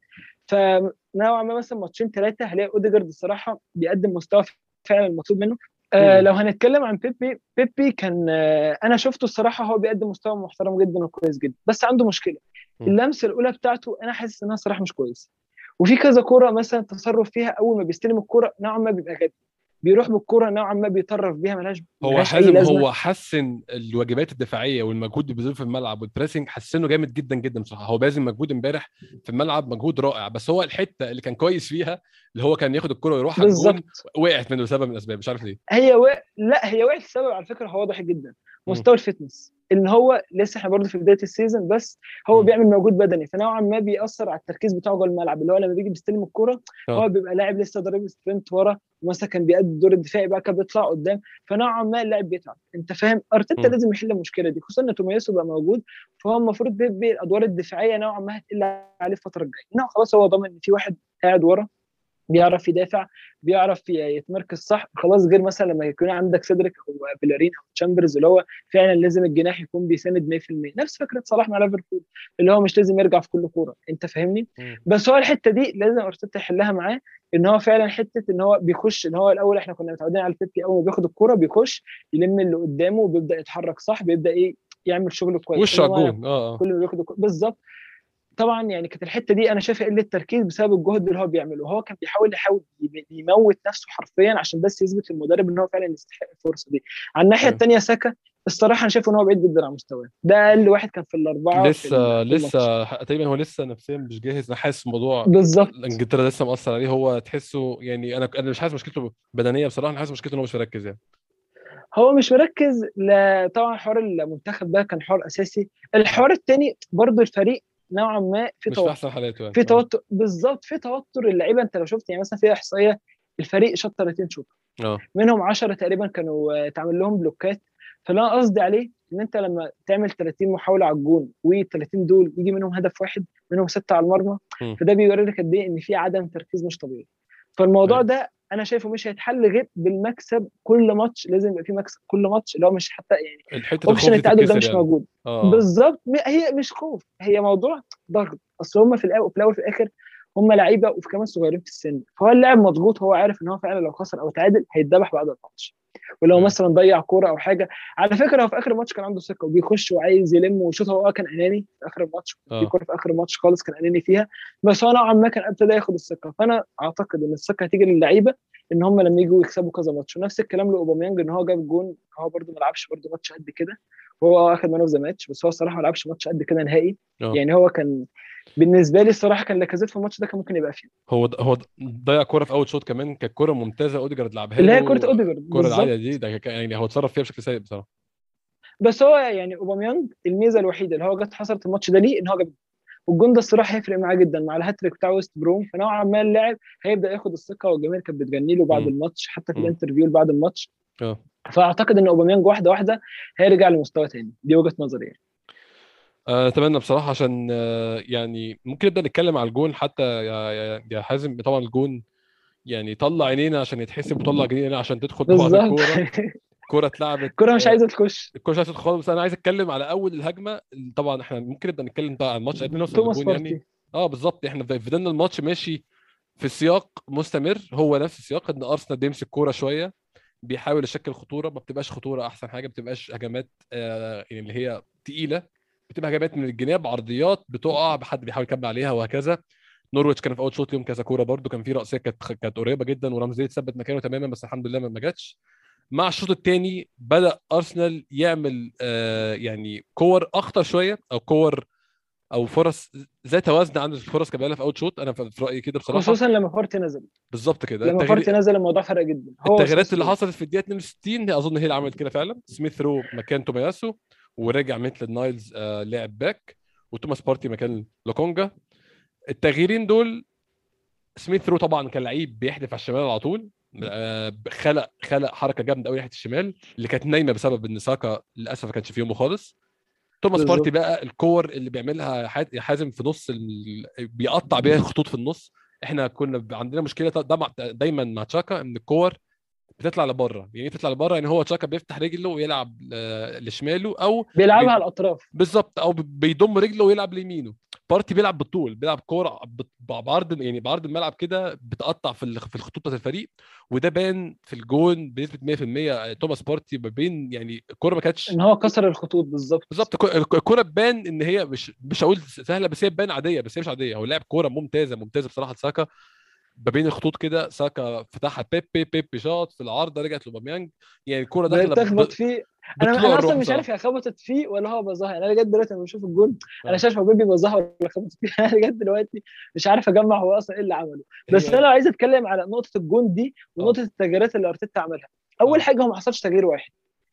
فنوعا ما مثلا ماتشين ثلاثه هلاقي اوديجارد الصراحه بيقدم مستوى فعلا المطلوب منه. آه لو هنتكلم عن بيبي بيبي كان آه انا شفته الصراحه هو بيقدم مستوى محترم جدا وكويس جدا بس عنده مشكله اللمسه الاولى بتاعته انا حاسس انها صراحه مش كويسه وفي كذا كوره مثلا تصرف فيها اول ما بيستلم الكوره نوعا ما بيبقى غبي بيروح بالكوره نوعا ما بيطرف بيها ملهاش هو حازم هو حسن الواجبات الدفاعيه والمجهود اللي بيبذله في الملعب والبريسنج حسنه جامد جدا جدا بصراحه هو باذل مجهود امبارح في الملعب مجهود رائع بس هو الحته اللي كان كويس فيها اللي هو كان ياخد الكوره ويروح على الجون وقعت منه سبب من الاسباب مش عارف ليه هي و... لا هي وقعت السبب على فكره هو واضح جدا مستوى الفتنس، ان هو لسه احنا برضه في بدايه السيزون، بس هو م. بيعمل مجهود بدني، فنوعا ما بيأثر على التركيز بتاعه جوه الملعب، اللي هو لما بيجي بيستلم الكرة هو اه بيبقى لاعب لسه ضارب سبرنت ورا، ومثلا كان بيأدي الدور الدفاعي بقى كان بيطلع قدام، فنوعا ما اللاعب بيتعب. انت فاهم؟ ارتيتا م. لازم يحل المشكله دي، خصوصا ان تومياسو بقى موجود، فهو المفروض بيبقى الادوار الدفاعيه نوعا ما هتقل عليه الفتره الجايه، انه خلاص هو ضامن ان في واحد قاعد ورا بيعرف يدافع، بيعرف ي- يتمركز صح، خلاص. غير مثلا لما يكون عندك سيدريك او بيلارين او تشامبرز، اللي هو فعلا لازم الجناح يكون بيساند مية في المية، نفس فكره صلاح مع ليفربول، اللي هو مش لازم يرجع في كل كوره. انت فاهمني؟ م. بس هو الحته دي لازم ارتيتا يحلها معاه، ان هو فعلا حته ان هو بيخش، ان هو الاول احنا كنا متعودين على البيبي، اول ما بياخد الكوره بيخش يلم اللي قدامه وبيبدا يتحرك صح، بيبدا ايه، يعمل شغل كويس، وش على انما انا الجون اه اه كل ما بياخد الكورة بالظبط. طبعا يعني كانت الحته دي انا شايفها قله تركيز بسبب الجهد اللي هو بيعمله، وهو كان بيحاول يحاول يموت نفسه حرفيا عشان بس يثبت للمدرب ان هو فعلا يستحق الفرصه دي. على الناحيه ايوه الثانيه ساكا، الصراحه انا شايف ان هو بعيد جدا عن مستواه، ده اقل واحد كان في الاربعه في ال- لسه في الماتش. لسه تقريبا هو لسه نفسيا مش جاهز. انا حاسس الموضوع بالظبط. انجلترا لسه مأثر عليه، هو تحسه يعني انا انا مش حاسس مشكلته بدنيه بصراحه، انا حاسس مشكلته ان هو مش مركز يعني. هو مش مركز، لا طبعا حوار المنتخب ده كان حوار اساسي، م. الحوار الثاني برضو الفريق نوعا ما في مش في توتر، احسن حالاته يعني في اه توتر بالظبط، في توتر اللعيبه. انت لو شفت يعني مثلا في احصائيه، الفريق شاط ثلاثين شوط، اه منهم عشرة تقريبا كانوا آه، تعمل لهم بلوكات. فاللي انا قصدي عليه ان انت لما تعمل ثلاثين محاوله على الجون وال30 دول يجي منهم هدف واحد، منهم سته على المرمى، م. فده بيوري لك قد ايه ان في عدم تركيز مش طبيعي. فالموضوع ايوه ده انا شايفه مش هيتحل غير بالمكسب، كل ماتش لازم يبقى في مكسب كل ماتش، اللي هو مش حتى يعني الحته اوبشن الخوف دي التعادل ده تتكسر مش يعني. موجود. اه اه بالظبط، م- هي مش خوف، هي موضوع ضغط. اصل هم في الاول، في الاول في الاخر هم لعيبه وفي كمان صغيرين في السن، فهو اللاعب مضغوط، هو عارف ان هو فعلا لو خسر او تعادل هيتذبح بعد الماتش، ولو ايوه مثلا ضيع كوره او حاجه. على فكره هو في اخر الماتش كان عنده ثقه وبيخش وعايز يلم ويشوط، هو كان اناني في اخر الماتش، في اه كوره في اخر الماتش خالص كان اناني فيها، بس هو نوعا ما كان ابتدى ياخد الثقه. فانا اعتقد ان الثقه هتيجي للعيبه ان هم لما يجوا يكسبوا كذا ماتش، ونفس الكلام لاوباميانج ان هو جاب جون، هو برده ما لعبش برده ماتش قد كده، هو اخد مان اوف ذا ماتش، بس هو الصراحه ما لعبش ماتش قد كده نهائي. اه يعني هو كان بالنسبه لي الصراحه كان لاكازيت في الماتش ده كان ممكن يبقى فيه، هو د- هو د- ضيع كوره في اول شوط كمان، كانت كوره ممتازه اوديجارد لعبها اللي هي له. كره اوديجارد الكوره العاليه بالظبط. دي ده كان- يعني هو اتصرف فيها بشكل سيء بصراحه. بس هو يعني اوباميانج الميزه الوحيده اللي هو جت حصلت الماتش ده ليه ان هو جاب، والجون ده الصراحه هيفرق معاه جدا مع الهاتريك بتاع ويست بروم، فنوعا ما اللاعب هيبدا ياخد الثقه، والجماهير كانت بتغني له بعد امم الماتش حتى في امم الانترفيو بعد الماتش. اه فاعتقد ان اوباميانج واحده واحده هيرجع لمستوى تاني، دي وجهه نظري يعني. آه، اتمنى بصراحه عشان آه، يعني ممكن نبدا نتكلم على الجون حتى يا يا يا حازم. طبعا الجون يعني طلع عينينا عشان يتحسب، وطلع عينينا عشان تدخل طبعا بالظبط. الكوره. الكوره اتلعبت الكره مش آه، عايزه تخش. الكوره مش عايزه تدخل خالص. انا عايز اتكلم على اول الهجمه. طبعا احنا ممكن نبدا نتكلم بقى عن الماتش قبل ما نوصل توماس للجون بارتي. يعني. اه بالظبط، احنا فضلنا الماتش ماشي في سياق مستمر، هو نفس السياق ان ارسنال بيمسك كوره شويه، بيحاول يشكل خطوره، ما بتبقاش خطوره احسن حاجه، ما بتبقاش هجمات آه يعني اللي هي تقيله، بتبقى هجمات من الجناب، عرضيات بتقع بحد بيحاول يكمل عليها وهكذا. نورويتش كان في اول شوط ليهم كذا كوره برده، كان في رأسيه كانت كانت قريبه جدا، ورمزيه ثبت مكانه تماما، بس الحمد لله ما ما جاتش. مع الشوط الثاني بدأ ارسنال يعمل آه يعني كور اخطر شويه، او كور او فرص ذات وزن عن الفرص كان بيعملها في اول شوط، انا في في رايي كده بصراحه. خصوصا لما فارتي نزل، بالظبط كده. لما فارتي التغيير نزل الموضوع فرق جدا، هو التغييرات وسميث اللي رو. حصلت في الدقيقه اتنين وستين هي اظن هي اللي عملت كده فعلا. سميث رو مكان تومياسو، ورجع ميتل نايلز آه لاعب باك، وتوماس بارتي مكان لوكونجا. التغييرين دول، سميث رو طبعا كان لعيب بيحدف على الشمال على طول، آه خلق خلق حركه جامده قوي ناحيه الشمال اللي كانت نايمه بسبب ان ساكا للاسف ما كانش في يومه خالص. توماس بارتي بالظبط. بقى الكور اللي بيعملها حاد- حازم في نص ال... بيقطع بيها خطوط في النص. احنا كنا عندنا مشكله ده مع- دايما مع تشاكا، ان الكور بتطلع لبره. يعني ايه بتطلع لبره؟ يعني هو تشاكا بيفتح رجله ويلعب آه، لشماله، او بيلعبها بي... على الاطراف. بالظبط، او بيضم رجله ويلعب ليمينه. بارتي بيلعب بالطول، بيلعب كوره بت- بعرض، يعني بعرض الملعب كده، بتقطع في ال- في الخطوط بتاعت الفريق. وده بان في الجون بنسبه مية في المية. توماس بارتي ما بين يعني الكوره ما كانتش ان هو كسر الخطوط بالظبط. بالظبط. الكو- الكوره تبان ان هي مش مش هقول سهله، بس هي تبان عاديه، بس هي مش عاديه. هو لاعب كوره ممتازه ممتازه بصراحه لساكا، ما بين الخطوط كده. ساكا فتحها بيبي، بيبي شاط في العارضه رجعت لاوباميانج، يعني الكوره داخله بتخبط ب... فيه. انا بطلوع انا اصلا الروح مش بصراحه. عارف هي خبطت فيه ولا هو بظهر، يعني انا لغايه دلوقتي لما بشوف الجون انا اه شايف هو بيبي بظهر ولا خبطت فيه. انا لغايه دلوقتي مش عارف اجمع هو اصلا ايه اللي عمله. بس انا هي لو عايز اتكلم على نقطه الجون دي اه ونقطه التغييرات اللي ارتيتا عملها، اول اه حاجه هو ما حصلش تغيير واحد. مم.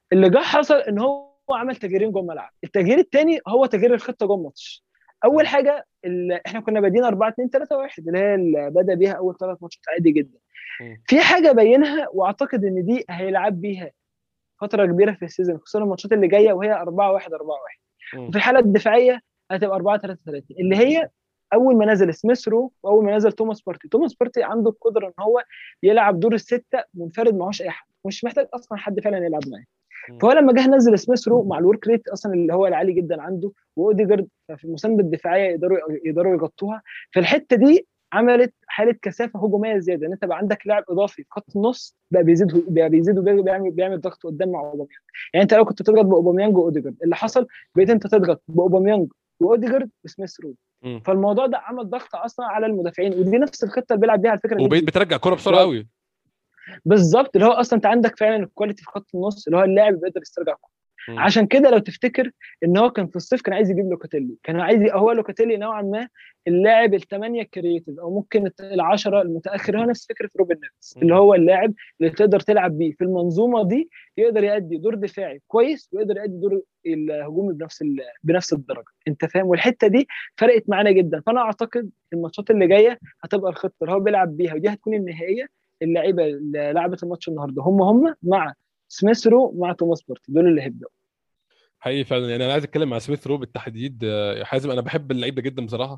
اللي جه حصل ان هو عمل تغييرين جوه الملعب. التغيير الثاني هو تغيير الخطه جوه الماتش. اول حاجه ال- احنا كنا بادئين أربعة اتنين ثلاثة واحد اللي هي اللي بدا بيها اول ثلاث ماتشات عادي جدا. مم. في حاجه بينها واعتقد ان دي هيلعب بيها فتره كبيره في السيزون، خصوصا الماتشات اللي جايه، وهي أربعة واحد أربعة واحد. مم. وفي الحاله الدفاعيه هتبقى أربعة ثلاثة ثلاثة، اللي هي اول ما نزل سميث رو واول ما نزل توماس بارتي. توماس بارتي عنده القدره ان هو يلعب دور السته منفرد، معهوش اي حد، مش محتاج اصلا حد فعلا يلعب معاه. مم. فهو لما جه نزل سميث رو مع الورك ريت اصلا اللي هو العالي جدا عنده، واوديجارد في المسانده الدفاعيه يقدروا يقدروا يغطوها في الحته دي، عملت حاله كثافه هجوميه زياده، ان انت بقى عندك لاعب اضافي في خط النص بقى بيزيد بقى بيزيد وبيعمل بيعمل ضغط قدام مع اوباميانج. يعني انت لو كنت تضغط باوباميانج واوديجارد، اللي حصل بقيت انت تضغط باوباميانج واوديجارد وسميث رو. مم. فالموضوع ده عمل ضغط اصلا على المدافعين، ودي نفس الخطه اللي بيلعب بيها على فكره وبقيت الانجليزي. بترجع كرة بسرعه قوي. بالظبط، اللي هو اصلا انت عندك فعلا الكواليتي في خط النص، اللي هو اللاعب بيقدر يسترجع. مم. عشان كده لو تفتكر ان هو كان في الصيف كان عايز يجيب لوكاتيلي، كان عايز ي- هو لوكاتيلي نوعا ما اللاعب الثمانيه الكرييتيف، او ممكن الت- العشره المتاخر. هو نفس فكره روبن نيفز، اللي مم. هو اللاعب اللي تقدر تلعب بيه في المنظومه دي، يقدر يؤدي دور دفاعي كويس ويقدر يؤدي دور الهجومي بنفس ال... بنفس الدرجه. انت فاهم؟ والحته دي فرقت معانا جدا. فانا اعتقد الماتشات اللي جايه هتبقى الخطه اللي هو بيلعب بيها، ودي هتكون النهائيه. اللعيبه اللي لعبت الماتش النهارده هم هم مع سميث رو مع توماس بارتي، دول اللي هيبداوا. حقيقي فعلا. يعني انا عايز اتكلم مع سميث رو بالتحديد. آه، يا حازم انا بحب اللعيب ده جدا بصراحه.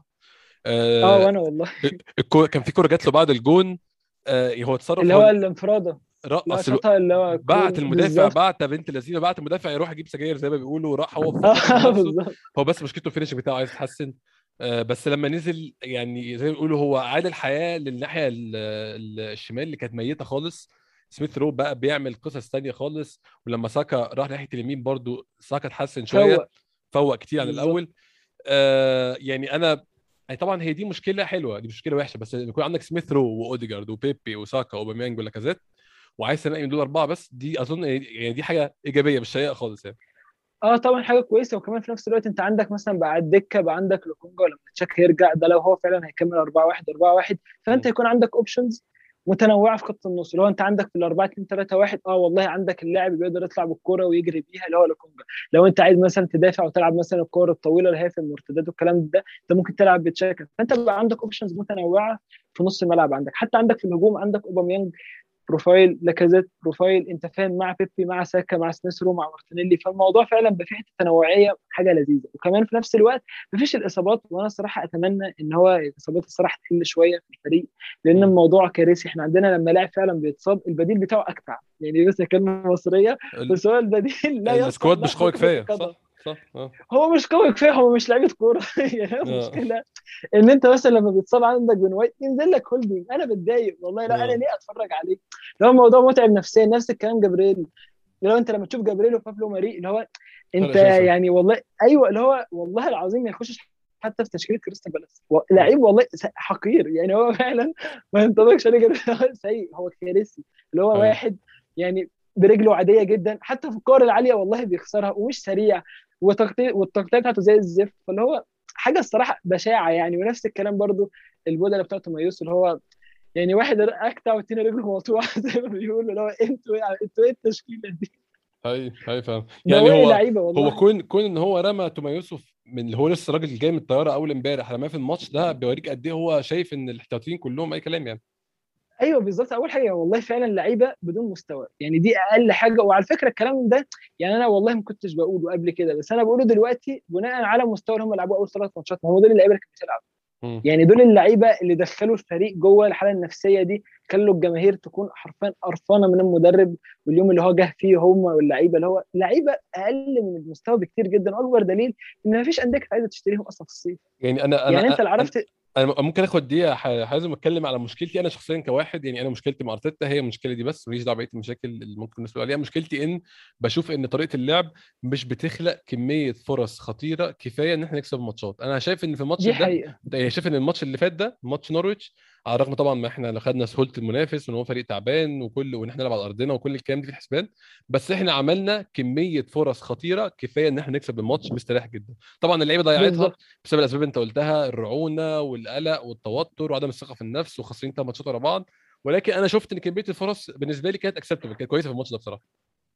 اه آه، وانا والله. الكو- كان في كوره جات له بعد الجون. آه، هو اتصرف، اللي هو هو الانفراده، لا رقص الو- شاطها، اللي هو بعت كرو المدافع، بالظبط. بعت بنت لذينه، بعت المدافع يروح يجيب سجاير زي ما بيقولوا، راح هو فكر في اه نفسه. بالظبط. هو بس مشكلته الفينش بتاعه عايز يتحسن. آه، بس لما نزل يعني زي ما بيقولوا هو عاد الحياه للناحيه ال- ال- الشمال اللي كانت ميته خالص. سميث رو بقى بيعمل قصص تانية خالص. ولما ساكا راح ناحيه اليمين برضو ساكا اتحسن شويه، فوق فوق كتير عن بالظبط. الاول. آه يعني انا يعني طبعا هي دي مشكله حلوه، دي مش مشكله وحشه، بس يكون عندك سميث رو واوديجارد وبيبي وساكا واوباميانج ولاكازيت وعايز تنقي من دول اربعه بس، دي اظن يعني دي حاجه ايجابيه مش سيئه خالص يعني. اه طبعا حاجه كويسه. وكمان في نفس الوقت انت عندك مثلا بقى على الدكه بقى عندك لوكونجا، لما تشاك يرجع ده لو هو فعلا هيكمل أربعة واحد أربعة واحد، فانت مم. يكون عندك اوبشنز متنوعه في خط النص. اللي هو انت عندك في ال أربعة اتنين ثلاثة واحد اه والله عندك اللاعب اللي بيقدر يطلع بالكوره ويجري بيها اللي هو لوكونجا. لو انت عايز مثلا تدافع وتلعب مثلا الكوره الطويله اللي هي في المرتدات والكلام ده، انت ممكن تلعب بتشاكا. فانت بقى عندك اوبشنز متنوعه في نص الملعب. عندك حتى عندك في الهجوم عندك اوباميانج بروفايل، لاكازيت بروفايل، انت فاهم، مع بيبي مع ساكا مع سميثرو مع مارتينيلي. فالموضوع فعلا بقى فيه حته تنوعيه، حاجه لذيذه. وكمان في نفس الوقت مفيش الاصابات. وانا الصراحه اتمنى ان هو الاصابات الصراحه تقل شويه في الفريق، لان مم. الموضوع كارثي. احنا عندنا لما لاعب فعلا بيتصاب البديل بتاعه اكتع، يعني بس كلمه مصريه، ال- بس هو البديل لا يصلح السكواد مش له قوي كره كفايه، القدم. صح صح اه. هو مش قوي كفايه، هو مش لعيبه كوره. يعني اه المشكله ان انت مثلا لما بيتصاب عندك بن وايت ينزل لك هولدنج، انا بتضايق والله. لا انا اه ليه اتفرج عليه؟ لو الموضوع متعب نفسيا. نفس الكلام جبريل، لو انت لما تشوف جبريل وبابلو ماري، اللي هو فرق انت شاسع. يعني والله ايوه، اللي هو والله العظيم ما يخشش حتى في تشكيله كريستال بالاس. و- مم. لعيب والله س- حقير، يعني هو فعلا ما ينطبقش عليه جبريل. هو سيء، هو كارثي. اللي هو ايوه واحد يعني برجله عاديه جدا، حتى في الكور العاليه والله بيخسرها، ومش سريع، وتغطيه والتغطيه بتاعته زي الزفت. فاللي هو حاجه الصراحه بشاعه يعني. ونفس الكلام برضو البودلة بتاعته مايوس، اللي هو يعني واحد اكتع والتاني رجله مقطوعه. زي ما بيقولوا، اللي هو انتوا انتوا ايه التشكيله دي؟ هاي هاي فاهم. يعني بواقي هو لعيبه هو والله. كون كون ان هو رمى توما يوسف من اللي هو لسه راجل جاي من الطياره اول امبارح رماه في الماتش ده، بيوريك قد ايه هو شايف ان الاحتياطيين كلهم اي كلام يعني. ايوه بالظبط. اول حاجه والله فعلا لعيبه بدون مستوى، يعني دي اقل حاجه. وعلى فكره الكلام ده يعني انا والله ما كنتش بقوله قبل كده، بس انا بقوله دلوقتي بناء على مستوى اللي هم لعبوه اول ثلاث ماتشات. ما هم دول اللعيبه اللي كانت بتلعب، مم. يعني دول اللعيبه اللي دخلوا الفريق جوه الحاله النفسيه دي، خلوا الجماهير تكون حرفيا قرفانه من المدرب. واليوم اللي هو جه فيه هم واللعيبه اللي هو لعيبه اقل من المستوى بكتير جدا. واكبر دليل ان ما فيش انديه كانت عايزه تشتريهم اصلا في الصيف. يعني انا يعني انت انا اللي انا عرفت. انا ممكن اخد دقيقه ح- حازم اتكلم على مشكلتي انا شخصيا كواحد. يعني انا مشكلتي مع ارتيتا هي المشكله دي بس، ماليش دعوه بقيه المشاكل اللي ممكن الناس تقول عليها. مشكلتي ان بشوف ان طريقه اللعب مش بتخلق كميه فرص خطيره كفايه ان احنا نكسب الماتشات. انا شايف ان في الماتش دي ده حقيقه. يعني شايف ان الماتش اللي فات ده ماتش نورويتش، على الرغم طبعا ما احنا لو خدنا سهوله المنافس وان هو فريق تعبان وكل وان احنا نلعب على ارضنا وكل الكلام دي في الحسبان، بس احنا عملنا كميه فرص خطيره كفايه ان احنا نكسب الماتش مستريح جدا. طبعا اللعيبه ضيعتها بالظبط. بسبب الاسباب اللي انت قلتها، الرعونه والقلق والتوتر وعدم الثقه في النفس وخاسرين ثلاث ماتشات ورا بعض. ولكن انا شفت ان كميه الفرص بالنسبه لي كانت اكسبتبل، كانت كويسه في الماتش ده بصراحه.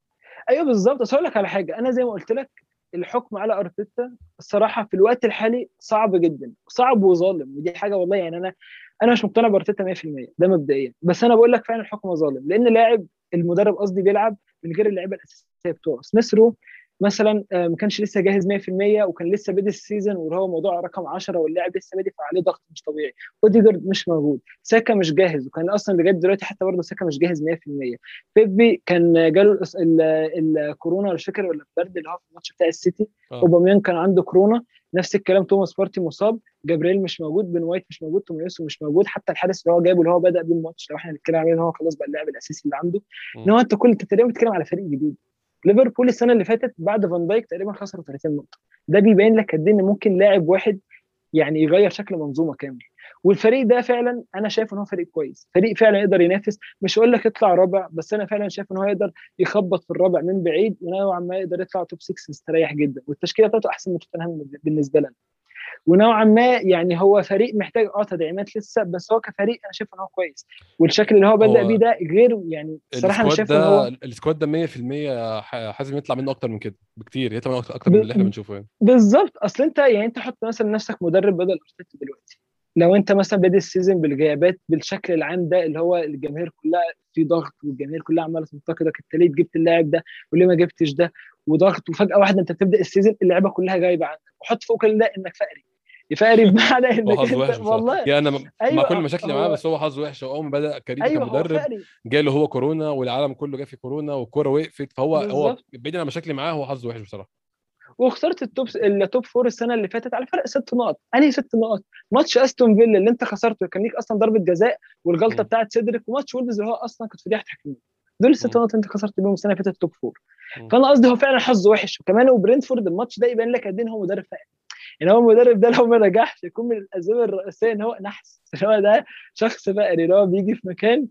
ايوه بالظبط. بس اقول لك على حاجه، انا زي ما قلت لك الحكم على ارتيتا الصراحه في الوقت الحالي صعب جدا، صعب وظالم، ودي حاجه والله يعني انا انا مش مقتنع بارتيتا مية في المية ده مبدئيا، بس انا بقول لك فعلا الحكم ظالم، لان لاعب المدرب قصدي بيلعب من غير اللعيبه الاساسيه بتوعه. سميث رو مثلا آه، ما كانش لسه جاهز مية في المية، وكان لسه بادئ السيزون وهو موضوع رقم عشرة، واللاعب لسه بادئ فعليه ضغط مش طبيعي. اوديجارد مش موجود، ساكا مش جاهز، وكان اصلا لغايه دلوقتي حتى برضه ساكا مش جاهز مية في المية. بيبي كان جاله الأس- ال- الكورونا مش فاكر ولا البرد اللي هو في الماتش بتاع السيتي. اه. اوباميان كان عنده كورونا، نفس الكلام. توماس بارتي مصاب، جابرييل مش موجود، بن وايت مش موجود، تومياسو مش موجود، حتى الحارس اللي هو جابه اللي هو بدا بيه الماتش لو احنا بنتكلم عليه ان هو خلاص بقى اللاعب الاساسي اللي عنده. ان مم. هو انت كل انت تقريبا بتتكلم على فريق جديد. ليفربول السنه اللي فاتت بعد فان دايك تقريبا خسروا ثلاثين نقطه. ده بيبين لك قد ايه ان ممكن لاعب واحد يعني يغير شكل منظومه كامل. والفريق ده فعلا انا شايف ان هو فريق كويس، فريق فعلا يقدر ينافس، مش هقول لك يطلع رابع، بس انا فعلا شايف ان هو يقدر يخبط في الرابع من بعيد، ونوعا ما يقدر يطلع توب ستة مستريح جدا، والتشكيله بتاعته احسن من توتنهام بالنسبه لنا. ونوعا ما يعني هو فريق محتاج اه تدعيمات لسه، بس هو كفريق انا شايف ان هو كويس. والشكل اللي هو بدأ بيه هو ده غير يعني الصراحه انا السكواد شايف ان ده هو السكواد ده مية في المية ح- حازم يطلع منه اكتر من كده بكتير، يطلع منه اكتر أكتر من اللي احنا ب... بنشوفه يعني. بالظبط. اصل انت يعني انت حط مثلا نفسك مدرب بدل ارتيتا دلوقتي، لو انت مثلا بادئ السيزون بالغيابات بالشكل العام ده اللي هو الجماهير كلها في ضغط، والجماهير كلها عماله تنتقدك انت ليه جبت اللاعب ده وليه ما جبتش ده، وضغط، وفجاه واحده انت بتبدا السيزون اللعيبه كلها جايبه عنك، وحط فوق كل ده انك فقري. فقري بمعنى هو انك حظ انت وحش بصراحه والله. يعني، انا م- مع كل ايوه مشاكلي معاه، هو بس هو حظ وحش. هو اول ما بدا كاريره ايوه هو كمدرب فقري. جاله هو كورونا، والعالم كله جه في كورونا، والكوره وقفت، فهو هو بالظبط. بعيد عن مشاكلي معاه هو حظ وحش بصراحه. وخسرت التوب التوب فور السنه اللي فاتت على فرق ست نقط. انهي ست نقط؟ ماتش استون فيلا اللي انت خسرته كان ليك اصلا ضربه جزاء والغلطه مم. بتاعت سيدريك، وماتش وولفز اللي هو اصلا كانت فضيحه تحكيم. دول الست مم. نقط انت خسرت بيهم السنه اللي فاتت التوب فور. مم. فانا قصدي هو فعلا حظ وحش. وكمان وبرينفورد الماتش ده يبان لك قد ايه هو مدرب فاهم. يعني هو المدرب ده لو ما نجحش يكون من الاسباب الرئيسيه ان هو نحس ان هو ده شخص فقري اللي هو بيجي في مكان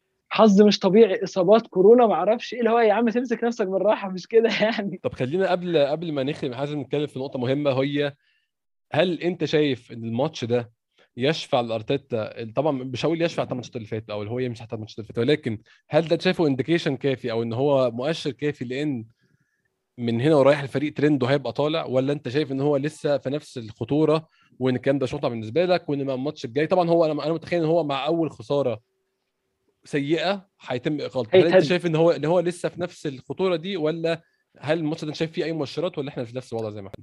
حظ مش طبيعي، اصابات كورونا ما اعرفش ايه، اللي هو يا عم تمسك نفسك بالراحه مش كده يعني. طب خلينا قبل قبل ما نختم حازم نتكلم في نقطه مهمه، هي هل انت شايف ان الماتش ده يشفع لارتيتا؟ طبعا مش هقول يشفع على الماتشات اللي فاتت او اللي هو يمشي حتى الماتشات اللي فاتت، ولكن هل ده شايفه انديكيشن كافي او ان هو مؤشر كافي لان من هنا ورايح الفريق ترنده هيبقى طالع؟ ولا انت شايف ان هو لسه في نفس الخطوره وان الكلام ده شطه بالنسبه لك، وان مع الماتش الجاي طبعا هو انا انا متخيل ان هو مع اول خساره سيئه هيتم اقالته؟ هل انت هيتهد. شايف ان هو ان هو لسه في نفس الخطوره دي، ولا هل الماتش ده شايف فيه اي مؤشرات، ولا احنا في نفس الوضع زي ما احنا؟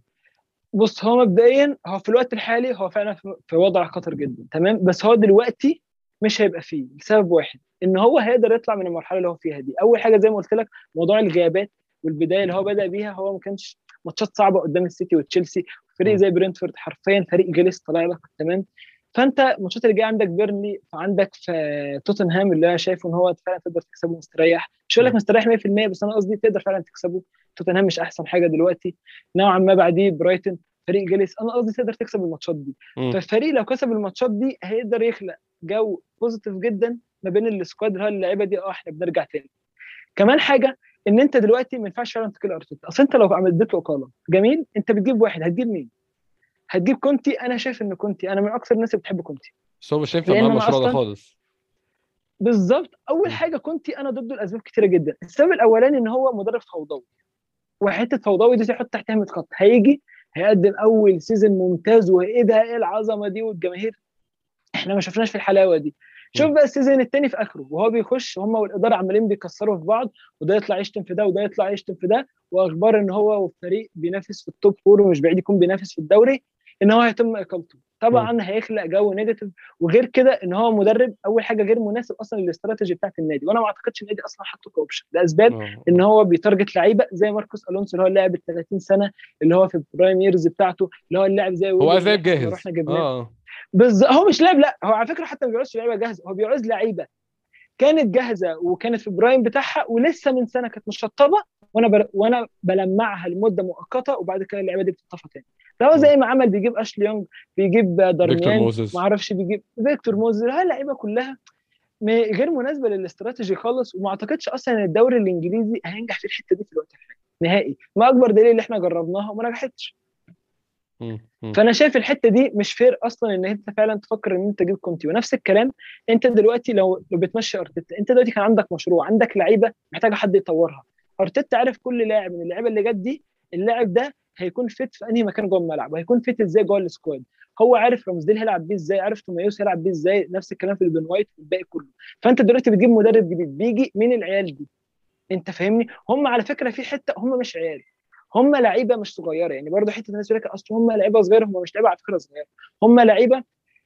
بص هو مبدئيا هو في الوقت الحالي هو فعلا في في وضع خطر جدا تمام، بس هو دلوقتي مش هيبقى فيه لسبب واحد، ان هو هيقدر يطلع من المرحله اللي هو فيها دي. اول حاجه زي ما قلت لك موضوع الغيابات، والبدايه اللي هو بدا بيها هو ما كانش ماتشات صعبه قدام السيتي وتشيلسي، فريق مم. زي برينتفورد حرفيا فريق غلس طالع لك تمام. فانت الماتشات اللي جايه عندك بيرنلي، فعندك في توتنهام اللي انا شايفه ان هو فعلا تقدر تكسبه مستريح، مش هقول لك مم. مستريح مية في المية، بس انا قصدي تقدر فعلا تكسبه. توتنهام مش احسن حاجه دلوقتي نوعا ما، بعديه برايتون فريق جلس، انا قصدي تقدر تكسب الماتشات دي. مم. فالفريق لو كسب الماتشات دي هيقدر يخلق جو بوزيتيف جدا ما بين السكواد اللي هو اللعيبه دي، اه احنا بنرجع تاني. كمان حاجه، ان انت دلوقتي ما ينفعش فعلا تكل ارتيتا، اصل انت لو عملت له اقاله جميل انت بتجيب واحد، هتجيب مين؟ هتجيب كونتي. انا شايف ان كونتي، انا من اكثر الناس اللي بتحب كونتي، بس هو مش هينفع معاه لان انا المشروع ده اصلا خالص. بالظبط. اول مم. حاجه كونتي انا ضده لاسباب كتيره جدا. السبب الاولاني ان هو مدرب فوضوي، وحته فوضوي دي تحط تحتها مية خط. هيجي هيقدم اول سيزون ممتاز، وايه ده ايه العظمه دي، والجماهير احنا ما شفناش في الحلاوه دي. شوف مم. بقى السيزون الثاني في اخره وهو بيخش هم والاداره عمالين بيكسروا في بعض، وده يطلع يشتم في ده وده يطلع يشتم في ده، واخبار ان هو والفريق بينافس في التوب فور ومش بعيد يكون بينافس في الدوري، ان هو هيتم اقالته. مم. طبعا هيخلق جو نيجاتيف. وغير كده ان هو مدرب اول حاجه غير مناسب اصلا للاستراتيجي بتاعت النادي، وانا ما اعتقدش النادي اصلا حاطه كاوبشن لاسباب اه. ان اه. هو بيتارجت لعيبه زي ماركوس الونسو اللي هو اللاعب ال ثلاثين سنه اللي هو في البرايم ييرز بتاعته، اللي هو اللاعب زي هو عايز ويليان اللي لاعب احنا كنا جاهز. رحنا جبناه. اه. بالظبط. هو مش لاعب، لا هو على فكره حتى ما بيعوزش لعيبه جاهزه، هو بيعوز لعيبه كانت جاهزه وكانت في برايم بتاعها ولسه من سنه كانت مشطبه، وانا بر... وانا بلمعها لمده مؤقته وبعد كده اللعيبه دي بتطفى تاني. فهو مم. زي ما عمل بيجيب اشلي يونج، بيجيب فيكتور دارميان، ما موزيس. اعرفش بيجيب فيكتور موزر، هاي اللعيبه كلها م- غير مناسبه للاستراتيجي خالص. وما اعتقدش اصلا ان الدوري الانجليزي هينجح في الحته دي في الوقت الحالي نهائي، ما اكبر دليل اللي احنا جربناها وما نجحتش. مم. مم. فانا شايف الحته دي مش فير اصلا ان انت فعلا تفكر ان انت تجيب كونتي. ونفس الكلام انت دلوقتي لو لو بتمشي ارتيتا، انت دلوقتي كان عندك مشروع، عندك لعيبه محتاجه حد يطورها، ارتيتا عارف كل لاعب من اللعيبه اللي جت دي اللاعب ده هيكون فيت في انهي مكان جوه الملعب، وهيكون فيت ازاي جوه السكواد. هو عارف رامزديل هيلعب بيه ازاي، عارف توميوس هيلعب بيه ازاي، نفس الكلام في البن وايت والباقي كله. فانت دلوقتي بتجيب مدرب جديد بيجي من العيال دي، انت فاهمني. هم على فكره في حته هم مش عيال، هم لعيبه مش صغيره. يعني برضه حته الناس يقول لك اصل هم لعيبه صغيره، هم مش لعيبه على فكره صغيره، هم لعيبه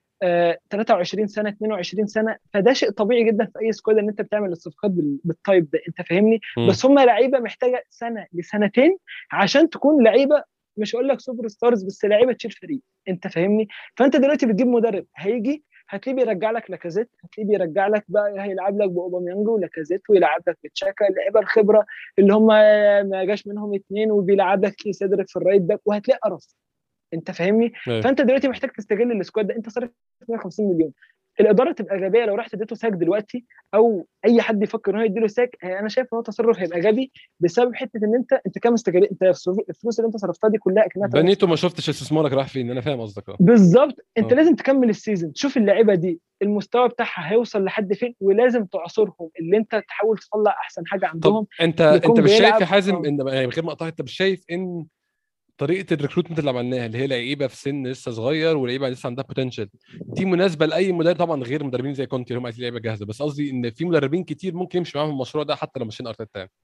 آه ثلاثة وعشرين سنه اتنين وعشرين سنه. فده شيء طبيعي جدا في اي سكواد ان انت بتعمل الصفقات بال- بالتايب ده، انت فاهمني. مم. بس هم لعيبه محتاجه سنه لسنتين عشان تكون لعيبه، مش هقول لك سوبر ستارز، بس لعيبه تشيل فريق، انت فاهمني. فانت دلوقتي بتجيب مدرب هيجي هتلاقيه بيرجع لك لاكازيت، هتلاقيه بيرجع لك بقى هيلعب لك باوباميانج ولاكازيت، ويلعب لك بتشاكا، اللعيبه الخبره اللي هم ما جاش منهم اثنين، وبيلعب لك كي سيدريك في الرايت باك، وهتلاقي قرف، انت فاهمني. ايوه. فانت دلوقتي محتاج تستغل السكواد ده، انت صارف مية وخمسين مليون. الاداره تبقى غبيه لو رحت اديته ساك دلوقتي، او اي حد يفكر ان هو يديله ساك. انا شايف ان هو تصرف هيبقى غبي، بسبب حته ان انت انت كام استغل انت الفلوس اللي انت صرفتها دي كلها اكنها ثمن بنيته ما سنين. شفتش استثمارك راح فين، انا فاهم قصدك. اه. بالظبط، انت اه. لازم تكمل السيزون، تشوف اللعيبه دي المستوى بتاعها هيوصل لحد فين، ولازم تعصرهم، اللي انت تحاول تطلع احسن حاجه طب عندهم. انت انت يكون مش شايف يا بيلعب حازم اه ان يعني من غير ما اقطعك، انت مش شايف ان طريقه الريكروتمنت اللي عملناها، اللي هي لعيبه في سن لسه صغير ولعيبه لسه عندها بوتنشال، دي مناسبه لاي مدرب؟ طبعا غير مدربين زي كونتي اللي هم عايزين لعيبه جاهزه، بس قصدي ان في مدربين كتير ممكن يمشي معاهم المشروع ده حتى لو مشينا ارتيتا يعني.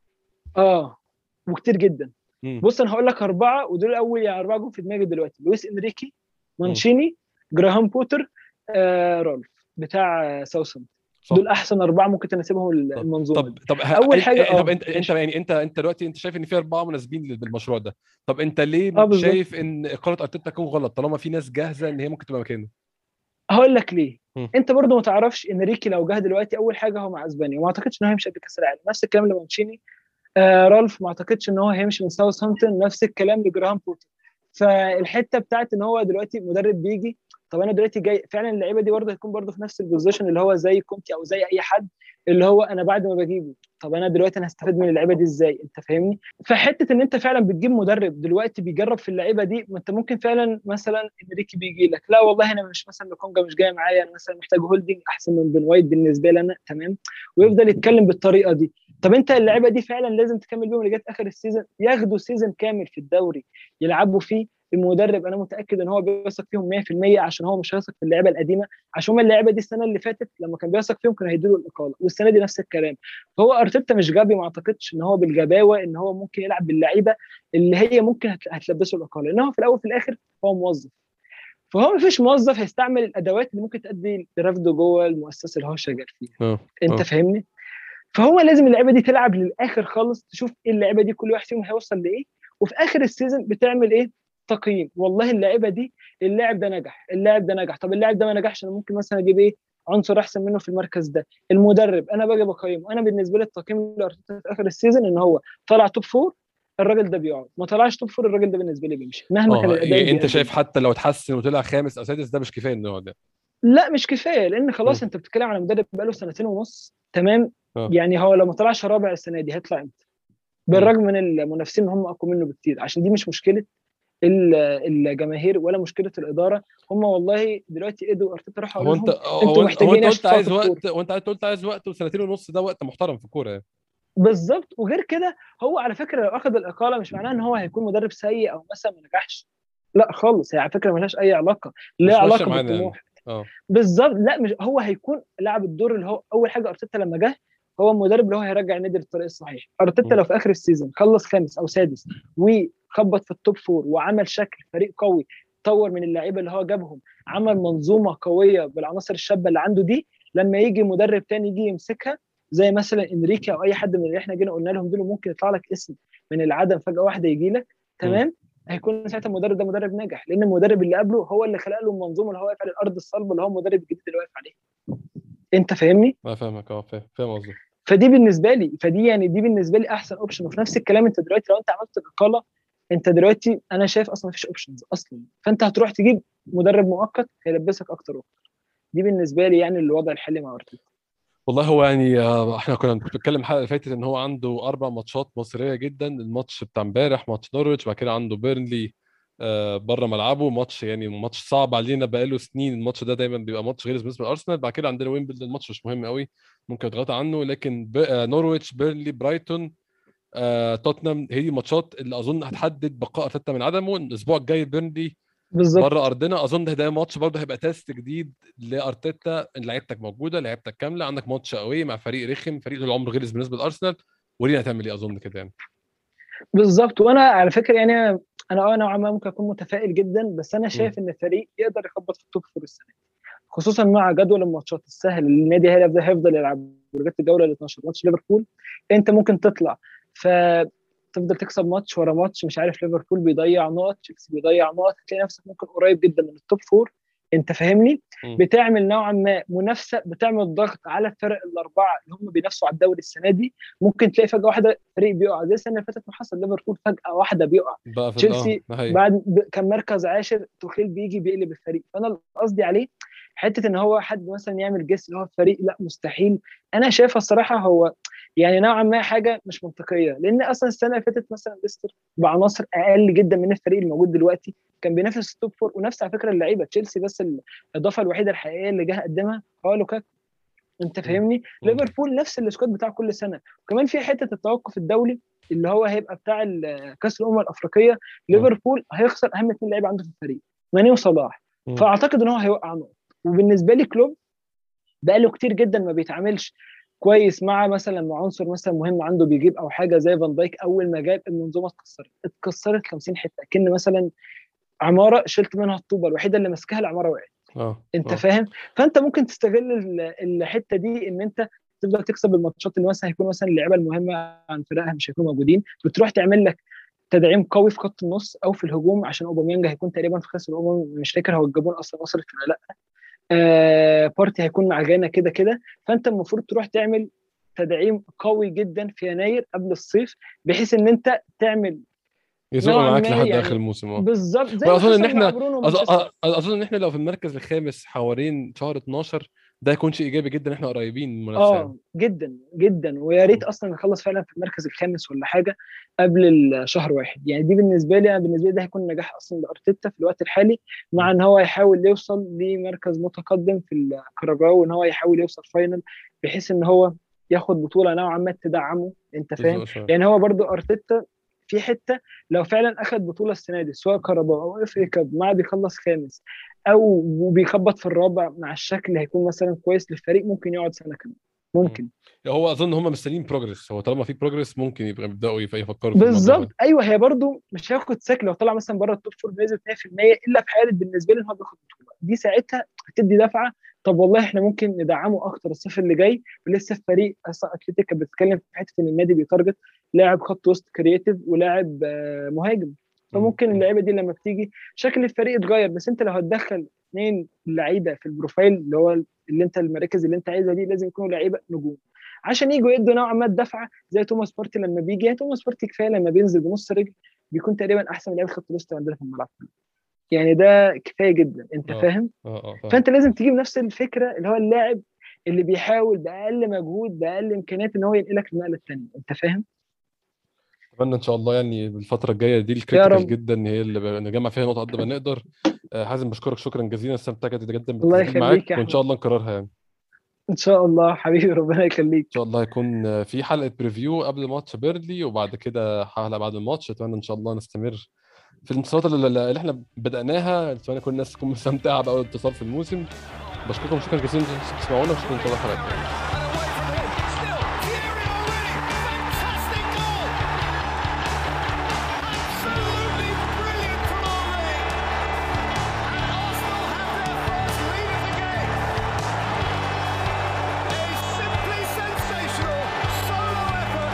اه وكتير جدا. امم. بص انا هقول لك اربعه، ودول اول يعني اربعه جم في دماغي دلوقتي: لويس انريكي، امم. مانشيني، جراهام بوتر، آه رولف بتاع آه ساوثهامبتون. صح. دول احسن اربعه ممكن تناسبهم طب المنظومه طب دي. طب ه- اول انت حاجه إيه- طب اه انت انت ماشي. يعني انت انت دلوقتي انت شايف ان في اربعه مناسبين للمشروع ده. طب انت اه ليه بالظبط. شايف ان اقاله ارتيتا تكون غلط طالما في ناس جاهزه ان هي ممكن تبقى مكانه؟ هقول لك ليه. امم. انت برضو ما تعرفش انريكي لو جه دلوقتي، اول حاجه هو مع اسبانيا وما اعتقدش ان هو هيمشي قبل كاس العالم، نفس الكلام لمانشيني. آه رالف ما اعتقدش ان هو هيمشي من ساوثهامبتون، نفس الكلام لجراهام بوتر. فالحته بتاعت ان هو دلوقتي مدرب بيجي، طب انا دلوقتي جاي فعلا اللعيبه دي برضه هتكون برضه في نفس البوزيشن اللي هو زي كومتي او زي اي حد، اللي هو انا بعد ما بجيبه، طب انا دلوقتي انا هستفاد من اللعيبه دي ازاي، انت فاهمني. فحته ان انت فعلا بتجيب مدرب دلوقتي بيجرب في اللعيبه دي، ما انت ممكن فعلا مثلا انريكي بيجي لك لا والله انا مش مثلا لوكونجا مش جاي معايا، انا مثلا محتاج هولدنج احسن من بن وايت بالنسبه لي انا، تمام، ويفضل يتكلم بالطريقه دي. طب انت اللعيبه دي فعلا لازم تكمل بيهم لغايه اخر السيزون، ياخدوا سيزون كامل في الدوري يلعبوا فيه. المدرب انا متاكد ان هو بيثق فيهم مية في المية، عشان هو مش هيثق في اللعيبه القديمه، عشان هم اللعيبه دي السنه اللي فاتت لما كان بيثق فيهم كانوا هيدوا له الاقاله، والسنه دي نفس الكلام. فهو ارتيتا مش غبي، ما اعتقدش ان هو بالغباوه ان هو ممكن يلعب باللعيبه اللي هي ممكن هت- هتلبسه الاقاله، لان هو في الاول وفي الاخر هو موظف. فهو ما فيش موظف هيستعمل الادوات اللي ممكن تؤدي لرفضه جوه المؤسسه اللي هو شغال فيها، اه. انت اه. فاهمني. فهو لازم اللعيبه دي تلعب للاخر خالص، تشوف ايه اللعيبه دي كل واحد فيهم هيوصل لايه، وفي اخر السيزون بتعمل ايه؟ تقييم. والله اللعيبه دي اللاعب ده نجح، اللاعب ده نجح، طب اللاعب ده ما نجحش، انا ممكن مثلا اجيب ايه؟ عنصر احسن منه في المركز ده. المدرب انا باجي بقيمه، انا بالنسبه لي التقييم لارتيتا في اخر السيزون ان هو طلع توب فور، الراجل ده بيقعد، ما طلعش توب فور الراجل ده بالنسبه لي بيمشي مهما كان اه. الاداء اللي يعني انت بيقدمه. شايف حتى لو اتحسن وطلع خامس او سادس ده مش كفايه انه يقعد يعني؟ لا مش كفايه، لان مم. خلاص انت بتتكلم على مدرب بقاله سنتين ونص، تمام. اه. يعني هو لو ما طلعش رابع السنه دي هيطلع امتى؟ مم. بالرغم من المنافسين ان هم اقوى منه بكتير، عشان دي مش مشكله ال- الجماهير ولا مشكله الاداره. هم والله دلوقتي ايدو ارتيتا راح اقول هو انت لهم هو انتوا انت هو محتاجين انت ايه عشان قلت تطلعوا عايز توب فور. وقت، وانت قلت قلت عايز وقت، وسنتين ونص ده وقت محترم في الكوره يعني. بالظبط. وغير كده هو على فكره لو اخذ الاقاله مش معناه ان هو هيكون مدرب سيء او مثلا ما نجحش، لا خالص، هي على فكره ملهاش اي علاقه، ليها مش ماشيه علاقه معانا يعني. بالطموح. اه. بالظبط، لا مش هو هيكون لعب الدور اللي هو اول حاجه ارتيتا لما جه، هو المدرب اللي هو هيرجع النادي للطريق الصحيح. ارتيتا مم. لو في اخر السيزون خلص خامس او سادس وخبط في التوب فور وعمل شكل فريق قوي، طور من اللعيبه اللي هو جابهم، عمل منظومه قويه بالعناصر الشابه اللي عنده دي، لما يجي مدرب تاني يجي يمسكها زي مثلا انريكي او اي حد من اللي احنا جينا قلنا لهم دول، ممكن يطلع لك اسم من العدم فجاه واحده يجي لك، مم. تمام، هيكون ساعتها المدرب ده مدرب ناجح، لان المدرب اللي قبله هو اللي خلق له المنظومه اللي هو واقف على الارض الصلبه اللي هو المدرب الجديد اللي واقف عليه، انت فاهمني. انا فاهمك. اه فاهم فاهم قصدك. فدي بالنسبه لي فدي يعني دي بالنسبه لي احسن اوبشن. وفي نفس الكلام انت دلوقتي لو انت عملت الاقاله، انت دلوقتي انا شايف اصلا مفيش اوبشنز اصلا، فانت هتروح تجيب مدرب مؤقت هيلبسك اكتر واكتر. دي بالنسبه لي يعني الوضع الحالي مع ارتيتا. والله هو يعني آه، احنا كنا كنت بتكلم الحلقه اللي فاتت ان هو عنده اربع ماتشات مصريه جدا، الماتش بتاع امبارح ماتش نورويتش، بعد كده عنده بيرنلي آه، بره ملعبه، ماتش يعني ماتش صعب علينا بقاله سنين، الماتش ده دايما بيبقى ماتش غير بالنسبه لارسنال. بعد كده عندنا ويمبلدون، الماتش مش مهم قوي ممكن يتغطى عنه، لكن ب... آه، نورويتش، بيرنلي، برايتون، آه، توتنهام، هي دي الماتشات اللي اظن هتحدد بقاء ارتيتا من عدمه. الاسبوع الجاي بيرنلي بالظبط بره ارضنا، اظن ده ماتش برضه هيبقى تيست جديد لارتيتا، ان لعيبتك موجوده، لعيبتك كامله، عندك ماتش قوي مع فريق رخم، فريق طول عمره غلس بالنسبه لارسنال، ورينا هتعمل ايه. اظن كده يعني. بالظبط. وانا على فكره يعني انا اه نوعا ما ممكن اكون متفائل جدا، بس انا مم. شايف ان الفريق يقدر يخبط في التوب فور السنه دي، خصوصا مع جدول الماتشات السهل اللي النادي هيفضل هيفضل يلعب. ورجعت الجوله ال اتناشر ماتش ليفربول، انت ممكن تطلع فتفضل تكسب ماتش ورا ماتش، مش عارف ليفربول بيضيع نقط، تشيلسي بيضيع نقط، تلاقي نفسك ممكن قريب جدا من التوب فور. انت فاهمني؟ مم. بتعمل نوعا ما منافسه، بتعمل ضغط على الفرق الاربعه اللي هم بينافسوا على الدوري السنه دي. ممكن تلاقي فجاه واحده فريق بيقع زي السنه اللي فاتت ما حصل، ليفربول فجاه واحده بيقع، بقى في ال- اه تشيلسي ده هي. بعد ب- كان مركز عاشر توخيل بيجي بيقلب الفريق. فانا قصدي عليه حته ان هو حد مثلا يعمل جس اللي هو الفريق، لا مستحيل. انا شايفها الصراحه هو يعني نوعا ما حاجه مش منطقيه، لان اصلا السنه اللي فاتت مثلا ليستر بعناصر اقل جدا من الفريق الموجود دلوقتي كان بينافس التوب فور، ونفس على فكره اللعيبه تشيلسي، بس الاضافه الوحيده الحقيقيه اللي جه قدمها هو لوكاكو. انت مم. فاهمني؟ مم. ليفربول نفس السكواد بتاع كل سنه. وكمان في حته التوقف الدولي اللي هو هيبقى بتاع ال- كاس الامم الافريقيه، مم. ليفربول هيخسر اهم اثنين لعيبه عنده في الفريق، ماني وصلاح. مم. فاعتقد ان هو هيوقع نقط. وبالنسبه لي كلوب بقاله كتير جدا ما بيتعاملش كويس مع مثلا مع عنصر مثلا مهم عنده بيجيب او حاجه زي فان دايك. اول ما جاب المنظومه اتكسرت اتكسرت خمسين حته، كأن مثلا عماره شلت منها الطوبه الوحيده اللي ماسكاها العماره وقعت. اه انت اه فاهم؟ فانت ممكن تستغل ال- الحته دي ان انت تفضل تكسب الماتشات اللي مثلا هيكون مثلا اللعيبه المهمه عن فرقها مش هيكونوا موجودين، بتروح تعمل لك تدعيم قوي في خط النص او في الهجوم، عشان اوباميانج هيكون تقريبا في كاس الامم، مش فاكر هو الجابون اصلا وصلت ولا لا. آه بارتي هيكون مع غانا كده كده. فانت المفروض تروح تعمل تدعيم قوي جدا في يناير قبل الصيف، بحيث ان انت تعمل يزق نوعا معاك ما لحد اخر يعني الموسم. اه بالظبط زي ما واظن ان حصل مع احنا برونو أظ... أ- ومانشستر. اظن ان احنا لو في المركز الخامس حوالين شهر اتناشر ده هيكون شيء ايجابي جدا، احنا قريبين من المنافسه يعني. اه جدا جدا، ويا ريت مم. اصلا نخلص فعلا في المركز الخامس ولا حاجه قبل الشهر واحد. يعني دي بالنسبه لي، أنا بالنسبه لي ده هيكون نجاح اصلا لارتيتا في الوقت الحالي، مم. مع ان هو يحاول يوصل لمركز متقدم في الكاراباو، وان هو يحاول يوصل فاينل، بحيث ان هو ياخد بطوله نوعا ما تدعمه. انت فاهم؟ يزق شويه. يعني هو برضو ارتيتا في حته، لو فعلا اخذ بطوله السنه دي سواء كاراباو او اف اي كاب مع بيخلص خامس او بيخبط في الرابع مع الشكل اللي هيكون مثلا كويس للفريق، ممكن يقعد سنه كمان مم. ممكن. هو اظن هم مستنيين بروجرس، هو طالما في بروجرس ممكن يبقى يبداوا يف- يفكروا في الموضوع بالظبط ده. ايوه. هي برضو مش هياخد سك لو طلع مثلا بره التوب فور بنسبه مية في المية، الا في حاله بالنسبه لي ان هو بياخد بطوله دي، ساعتها هتدي دفعه. طب والله احنا ممكن ندعمه اكتر الصيف اللي جاي، ولسه الفريق اصلا اتلتيكا بتتكلم في حته ان النادي بيتارجت لاعب خط وسط كرياتيف ولاعب آه، مهاجم. مم. فممكن مم. اللعيبه دي لما بتيجي شكل الفريق يتغير. بس انت لو هتدخل اثنين لعيبه في البروفايل اللي هو اللي انت المراكز اللي انت عايزها دي، لازم يكونوا لعيبه نجوم عشان يجوا يدوا نوعا ما الدفعه. زي توماس بارتي لما بيجي، يعني توماس بارتي كفايه لما بينزل بنص رجل بيكون تقريبا احسن من لعيبه خط الوسط عندنا في الملعب، يعني ده كفايه جدا. انت اه فاهم؟ اه اه فاهم. فانت لازم تجيب نفس الفكره اللي هو اللاعب اللي بيحاول باقل مجهود باقل امكانيات ان هو ينقلك النقله الثانيه. انت فاهم؟ اتمنى ان شاء الله يعني بالفتره الجايه دي يا الكريتيكال رب. جدا هي اللي ب- نجمع فيها نقطه قد ما نقدر. آه، حازم بشكرك شكرا جزيلا، استمتعت جدا الله بالتسجيل معاك، يخليك يا وان شاء احمد. الله نكررها يعني. ان شاء الله حبيبي، ربنا ان شاء يخليك. الله هيكون آه، في حلقه بريفيو قبل ماتش بيرلي، وبعد كده حلقه بعد الماتش. اتمنى ان شاء الله نستمر في الانتصارات اللي, اللي احنا بدأناها. اتمنى كل الناس تكون مستمتعه باول انتصار في الموسم. بشكركم شكرا جزيلا إنكم تسمعونا، وشكرا ان شاء الله حلقه.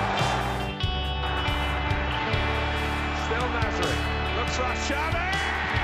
Still Nazareth looks like Xavi.